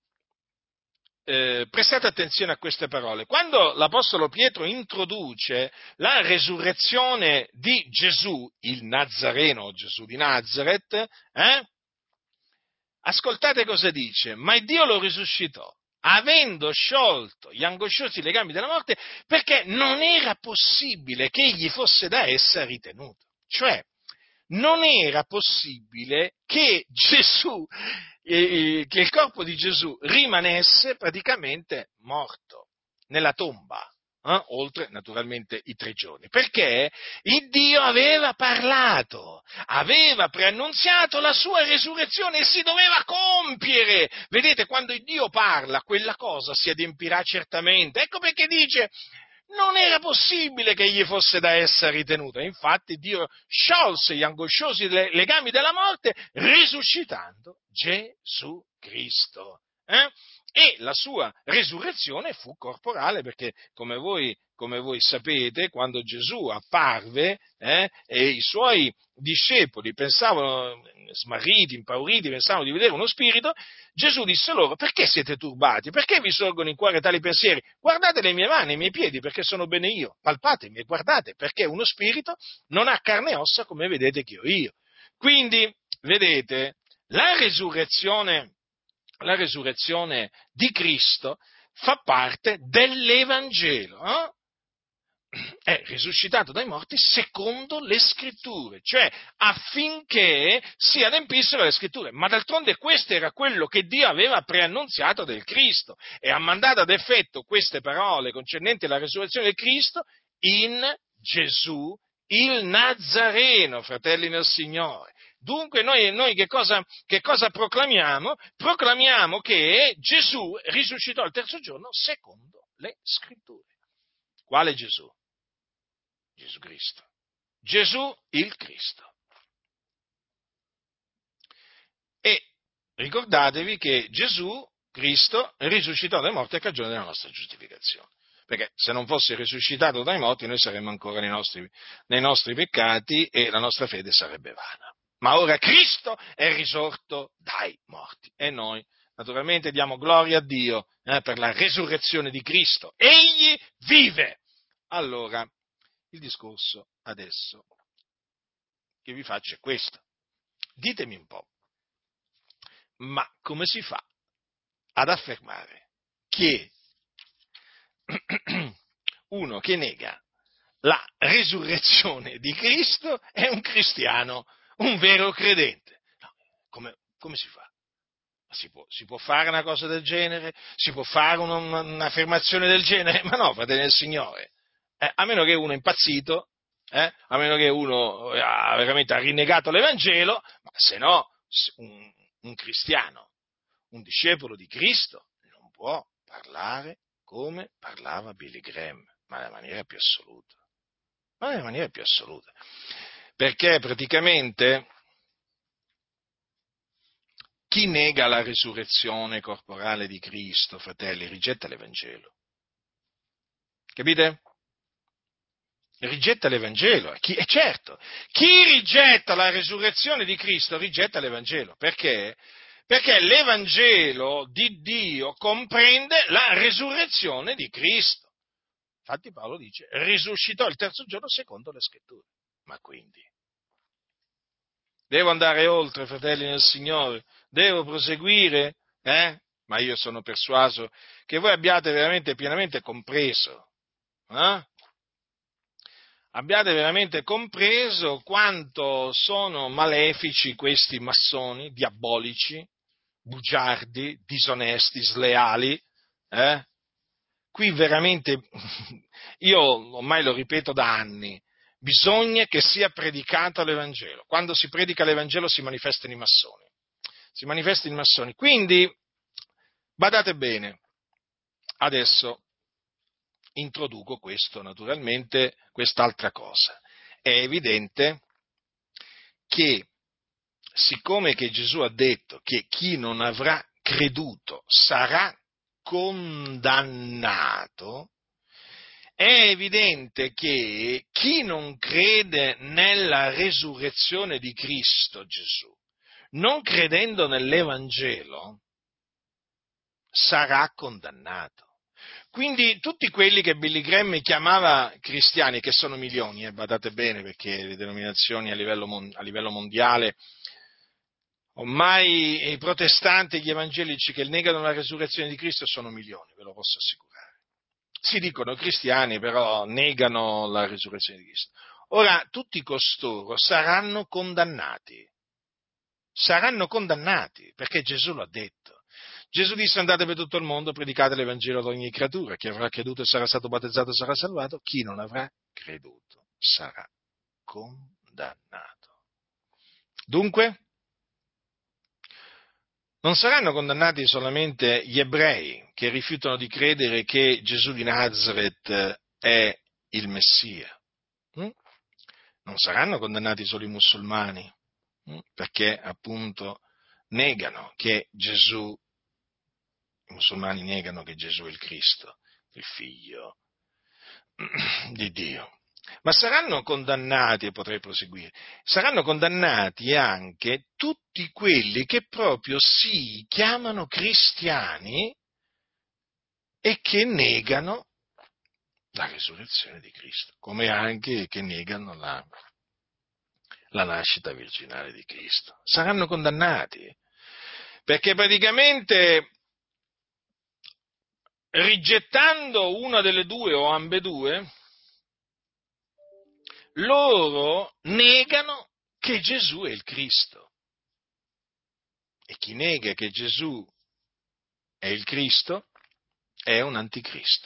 eh, prestate attenzione a queste parole. Quando l'Apostolo Pietro introduce la resurrezione di Gesù, il Nazareno, Gesù di Nazaret, eh, ascoltate cosa dice: ma Dio lo risuscitò, avendo sciolto gli angosciosi legami della morte, perché non era possibile che egli fosse da essa ritenuto. Cioè, non era possibile che Gesù, eh, che il corpo di Gesù rimanesse praticamente morto nella tomba. Eh? Oltre naturalmente i tre giorni, perché il Dio aveva parlato, aveva preannunziato la sua resurrezione e si doveva compiere. Vedete, quando il Dio parla, quella cosa si adempirà certamente. Ecco perché dice: non era possibile che egli fosse da essa ritenuto. Infatti Dio sciolse gli angosciosi legami della morte, risuscitando Gesù Cristo. Eh? E la sua resurrezione fu corporale, perché come voi, come voi sapete, quando Gesù apparve eh, e i suoi discepoli pensavano, smarriti, impauriti, pensavano di vedere uno spirito, Gesù disse loro: perché siete turbati? Perché vi sorgono in cuore tali pensieri? Guardate le mie mani e i miei piedi, perché sono bene io. Palpatemi e guardate, perché uno spirito non ha carne e ossa come vedete che ho io. Quindi, vedete, la resurrezione La resurrezione di Cristo fa parte dell'Evangelo, eh? È risuscitato dai morti secondo le scritture, cioè affinché si adempissero le scritture, ma d'altronde questo era quello che Dio aveva preannunziato del Cristo e ha mandato ad effetto queste parole concernenti la resurrezione del Cristo in Gesù il Nazareno, fratelli nel Signore. Dunque noi, noi che, cosa, che cosa proclamiamo? Proclamiamo che Gesù risuscitò il terzo giorno secondo le scritture. Quale Gesù? Gesù Cristo. Gesù il Cristo. E ricordatevi che Gesù Cristo risuscitò dai morti a cagione della nostra giustificazione. Perché se non fosse risuscitato dai morti noi saremmo ancora nei nostri, nei nostri peccati e la nostra fede sarebbe vana. Ma ora Cristo è risorto dai morti e noi naturalmente diamo gloria a Dio eh, per la resurrezione di Cristo. Egli vive! Allora, il discorso adesso che vi faccio è questo. Ditemi un po', ma come si fa ad affermare che uno che nega la resurrezione di Cristo è un cristiano, un vero credente? No, come, come si fa? Si può, si può fare una cosa del genere? Si può fare una, un'affermazione del genere? Ma no, fratelli del Signore, eh, a meno che uno è impazzito, eh, a meno che uno ha veramente ha rinnegato l'Evangelo, ma se no un, un cristiano, un discepolo di Cristo non può parlare come parlava Billy Graham, ma nella maniera più assoluta, ma nella maniera più assoluta, perché praticamente chi nega la risurrezione corporale di Cristo, fratelli, rigetta l'Evangelo. Capite? Rigetta l'Evangelo. Chi, e certo, chi rigetta la risurrezione di Cristo rigetta l'Evangelo. Perché? Perché l'Evangelo di Dio comprende la risurrezione di Cristo. Infatti Paolo dice, risuscitò il terzo giorno secondo le Scritture. Ma quindi, devo andare oltre, fratelli nel Signore? Devo proseguire? Eh? Ma io sono persuaso che voi abbiate veramente pienamente compreso, eh? Abbiate veramente compreso quanto sono malefici questi massoni, diabolici, bugiardi, disonesti, sleali, eh? Qui veramente, io ormai lo ripeto da anni, bisogna che sia predicato l'Evangelo. Quando si predica l'Evangelo si manifestano i massoni. Si manifestano i massoni. Quindi, badate bene, adesso introduco questo, naturalmente, quest'altra cosa. È evidente che, siccome che Gesù ha detto che chi non avrà creduto sarà condannato, è evidente che chi non crede nella resurrezione di Cristo Gesù, non credendo nell'Evangelo, sarà condannato. Quindi tutti quelli che Billy Graham chiamava cristiani, che sono milioni, eh, badate bene perché le denominazioni a livello, a livello mondiale, ormai i protestanti e gli evangelici che negano la resurrezione di Cristo sono milioni, ve lo posso assicurare. Si dicono cristiani, però negano la resurrezione di Cristo. Ora, tutti costoro saranno condannati, saranno condannati, perché Gesù l'ha detto. Gesù disse: andate per tutto il mondo, predicate l'Evangelo ad ogni creatura, chi avrà creduto e sarà stato battezzato sarà salvato, chi non avrà creduto sarà condannato. Dunque, non saranno condannati solamente gli ebrei che rifiutano di credere che Gesù di Nazaret è il Messia. Non saranno condannati solo i musulmani, perché appunto negano che Gesù, i musulmani negano che Gesù è il Cristo, il figlio di Dio. Ma saranno condannati, e potrei proseguire, saranno condannati anche tutti quelli che proprio si chiamano cristiani e che negano la risurrezione di Cristo, come anche che negano la, la nascita virginale di Cristo. Saranno condannati, perché praticamente rigettando una delle due o ambedue, loro negano che Gesù è il Cristo. E chi nega che Gesù è il Cristo è un anticristo.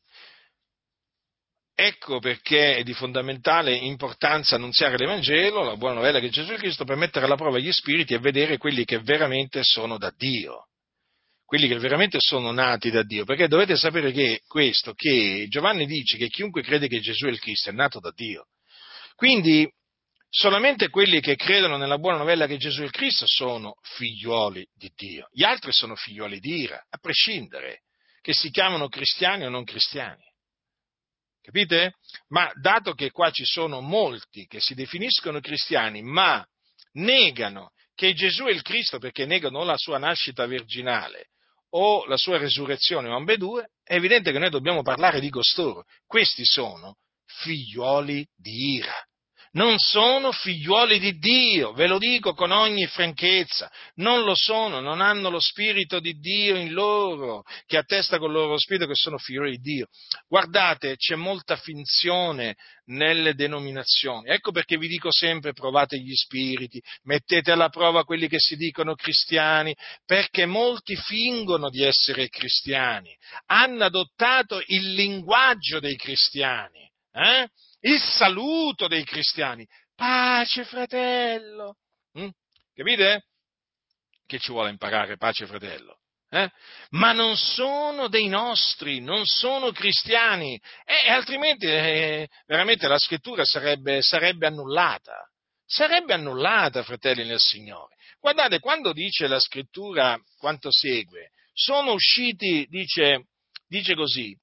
Ecco perché è di fondamentale importanza annunziare l'Evangelo, la buona novella che Gesù è il Cristo, per mettere alla prova gli spiriti e vedere quelli che veramente sono da Dio, quelli che veramente sono nati da Dio, perché dovete sapere che questo, che Giovanni dice che chiunque crede che Gesù è il Cristo è nato da Dio. Quindi solamente quelli che credono nella buona novella che Gesù è il Cristo sono figliuoli di Dio. Gli altri sono figliuoli di ira, a prescindere che si chiamano cristiani o non cristiani. Capite? Ma dato che qua ci sono molti che si definiscono cristiani, ma negano che Gesù è il Cristo perché negano o la sua nascita virginale o la sua resurrezione, o ambedue, è evidente che noi dobbiamo parlare di costoro. Questi sono figliuoli di ira. Non sono figliuoli di Dio, ve lo dico con ogni franchezza, non lo sono, non hanno lo Spirito di Dio in loro, che attesta con il loro Spirito che sono figlioli di Dio. Guardate, c'è molta finzione nelle denominazioni, ecco perché vi dico sempre provate gli spiriti, mettete alla prova quelli che si dicono cristiani, perché molti fingono di essere cristiani, hanno adottato il linguaggio dei cristiani, eh? Il saluto dei cristiani, pace fratello, mm? Capite? Che ci vuole imparare, pace fratello? Eh? Ma non sono dei nostri, non sono cristiani, e, e altrimenti eh, veramente la scrittura sarebbe, sarebbe annullata, sarebbe annullata, fratelli nel Signore. Guardate, quando dice la scrittura quanto segue, sono usciti, dice, dice così,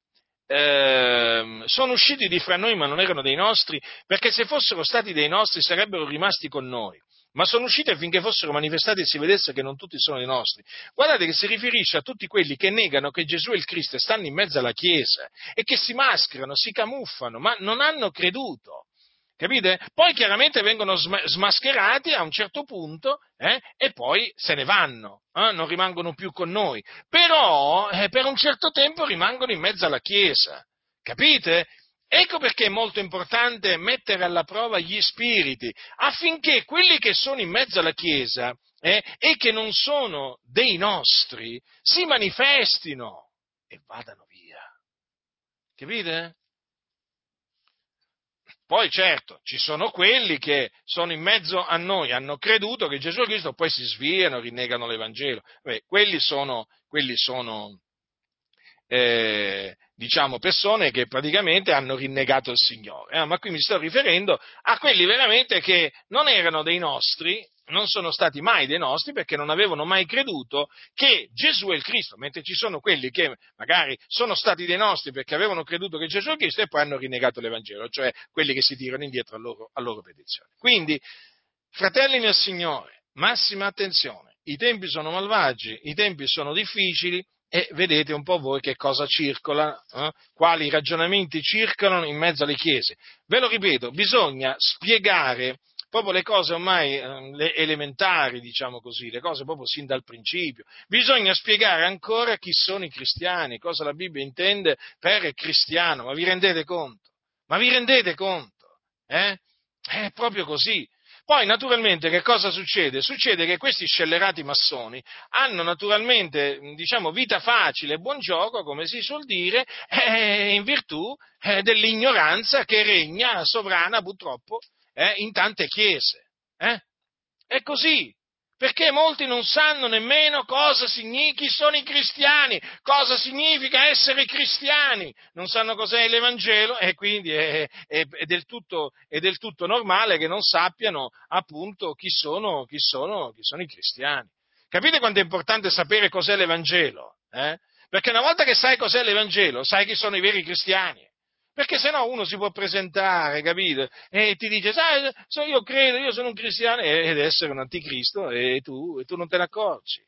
eh, sono usciti di fra noi ma non erano dei nostri, perché se fossero stati dei nostri sarebbero rimasti con noi, ma sono usciti affinché fossero manifestati e si vedesse che non tutti sono dei nostri. Guardate che si riferisce a tutti quelli che negano che Gesù è il Cristo e stanno in mezzo alla Chiesa e che si mascherano, si camuffano, ma non hanno creduto. Capite? Poi chiaramente vengono sma- smascherati a un certo punto eh, e poi se ne vanno, eh, non rimangono più con noi. Però eh, per un certo tempo rimangono in mezzo alla Chiesa. Capite? Ecco perché è molto importante mettere alla prova gli spiriti, affinché quelli che sono in mezzo alla Chiesa eh, e che non sono dei nostri si manifestino e vadano via. Capite? Poi certo, ci sono quelli che sono in mezzo a noi, hanno creduto che Gesù è Cristo, poi si sviano, rinnegano l'Evangelo. Beh, quelli sono, quelli sono eh, diciamo, persone che praticamente hanno rinnegato il Signore. Eh? Ma qui mi sto riferendo a quelli veramente che non erano dei nostri, non sono stati mai dei nostri perché non avevano mai creduto che Gesù è il Cristo, mentre ci sono quelli che magari sono stati dei nostri perché avevano creduto che Gesù è il Cristo e poi hanno rinnegato l'Evangelo, cioè quelli che si tirano indietro a loro, a loro petizione. Quindi, fratelli nel Signore, massima attenzione, i tempi sono malvagi, i tempi sono difficili, e vedete un po' voi che cosa circola, eh? Quali ragionamenti circolano in mezzo alle chiese. Ve lo ripeto, bisogna spiegare proprio le cose ormai eh, le elementari, diciamo così, le cose proprio sin dal principio. Bisogna spiegare ancora chi sono i cristiani, cosa la Bibbia intende per cristiano, ma vi rendete conto? Ma vi rendete conto? Eh? È proprio così. Poi, naturalmente, che cosa succede? Succede che questi scellerati massoni hanno naturalmente, diciamo, vita facile, buon gioco, come si suol dire, eh, in virtù eh, dell'ignoranza che regna sovrana, purtroppo, eh, in tante chiese. Eh? È così. Perché molti non sanno nemmeno cosa significa, chi sono i cristiani, cosa significa essere cristiani, non sanno cos'è l'Evangelo e quindi è, è, è, del tutto, è del tutto normale che non sappiano appunto chi sono, chi sono, chi sono i cristiani. Capite quanto è importante sapere cos'è l'Evangelo? Eh? Perché una volta che sai cos'è l'Evangelo, sai chi sono i veri cristiani. Perché se no uno si può presentare, capito? E ti dice, sai, so io credo, io sono un cristiano, ed essere un anticristo, e tu, e tu non te ne accorgi.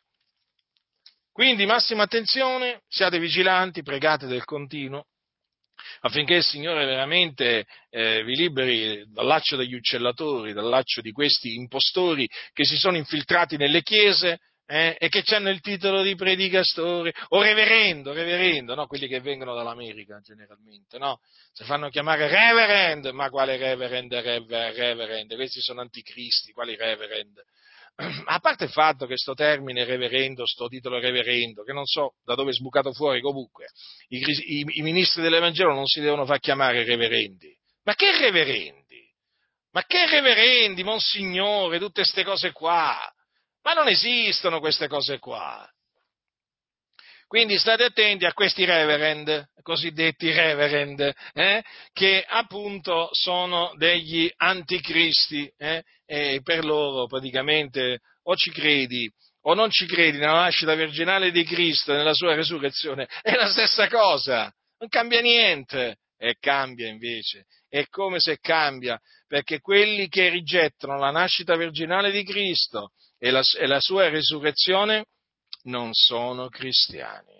Quindi massima attenzione, siate vigilanti, pregate del continuo, affinché il Signore veramente eh, vi liberi dal laccio degli uccellatori, dal laccio di questi impostori che si sono infiltrati nelle chiese, Eh, e che hanno il titolo di predicastore, o reverendo, reverendo, no? Quelli che vengono dall'America generalmente, no? Si fanno chiamare reverend, ma quale reverend, rever, reverend? Questi sono anticristi, quali reverend? A parte il fatto che sto termine reverendo, sto titolo reverendo, che non so da dove è sbucato fuori, comunque, i, i, i ministri dell'Evangelo non si devono far chiamare reverendi. Ma che reverendi? Ma che reverendi, monsignore, tutte queste cose qua? Ma non esistono queste cose qua. Quindi state attenti a questi reverend, cosiddetti reverend, eh, che appunto sono degli anticristi, eh, e per loro praticamente o ci credi o non ci credi nella nascita virginale di Cristo e nella sua resurrezione, è la stessa cosa, non cambia niente, e cambia invece, è come se cambia, perché quelli che rigettano la nascita virginale di Cristo e la, e la sua resurrezione non sono cristiani,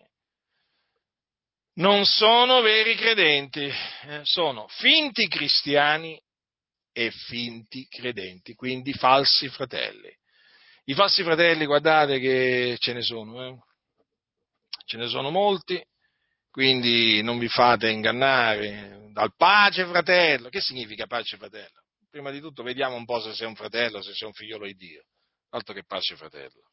non sono veri credenti, eh, sono finti cristiani e finti credenti, quindi falsi fratelli. I falsi fratelli, guardate che ce ne sono, eh? Ce ne sono molti, quindi non vi fate ingannare dal pace fratello. Che significa pace fratello? Prima di tutto vediamo un po' se sei un fratello, se sei un figliolo di Dio, altro che pace fratello.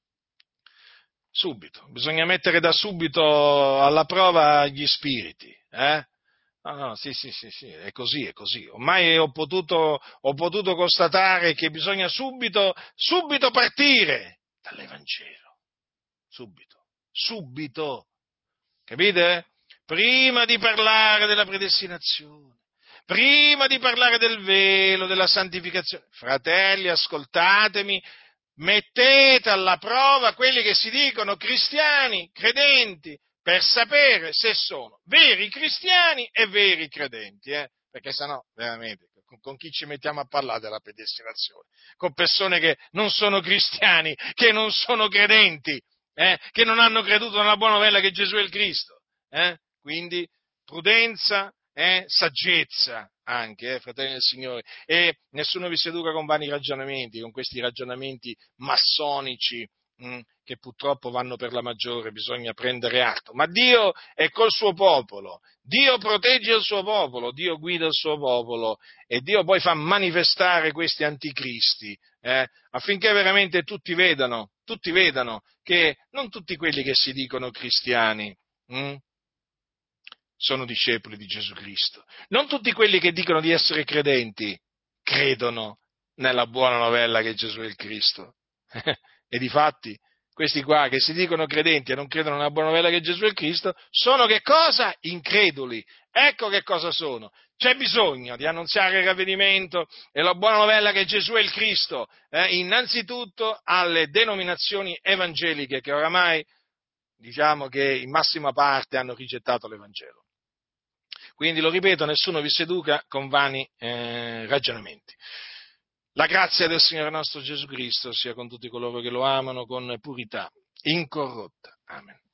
Subito, bisogna mettere da subito alla prova gli spiriti, eh? No, no, sì, sì, sì, sì, è così, è così. Ormai ho potuto, ho potuto constatare che bisogna subito, subito partire dall'Evangelo. Subito, subito. Capite? Prima di parlare della predestinazione, prima di parlare del velo, della santificazione. Fratelli, ascoltatemi, mettete alla prova quelli che si dicono cristiani, credenti, per sapere se sono veri cristiani e veri credenti, eh? Perché sennò, veramente, con, con chi ci mettiamo a parlare della predestinazione? Con persone che non sono cristiani, che non sono credenti, eh? Che non hanno creduto nella buona novella che Gesù è il Cristo, eh? Quindi prudenza e saggezza anche, eh, fratelli del Signore, e nessuno vi seduca con vani ragionamenti, con questi ragionamenti massonici, mh, che purtroppo vanno per la maggiore, bisogna prendere atto. Ma Dio è col suo popolo, Dio protegge il suo popolo, Dio guida il suo popolo e Dio poi fa manifestare questi anticristi, eh, affinché veramente tutti vedano, tutti vedano che non tutti quelli che si dicono cristiani, mh, sono discepoli di Gesù Cristo. Non tutti quelli che dicono di essere credenti credono nella buona novella che Gesù è il Cristo. E difatti, questi qua che si dicono credenti e non credono nella buona novella che Gesù è il Cristo, sono che cosa? Increduli. Ecco che cosa sono. C'è bisogno di annunziare il ravvedimento e la buona novella che Gesù è il Cristo, eh, innanzitutto alle denominazioni evangeliche che oramai, diciamo che in massima parte hanno rigettato l'Evangelo. Quindi, lo ripeto, nessuno vi seduca con vani eh, ragionamenti. La grazia del Signore nostro Gesù Cristo sia con tutti coloro che lo amano con purità incorrotta. Amen.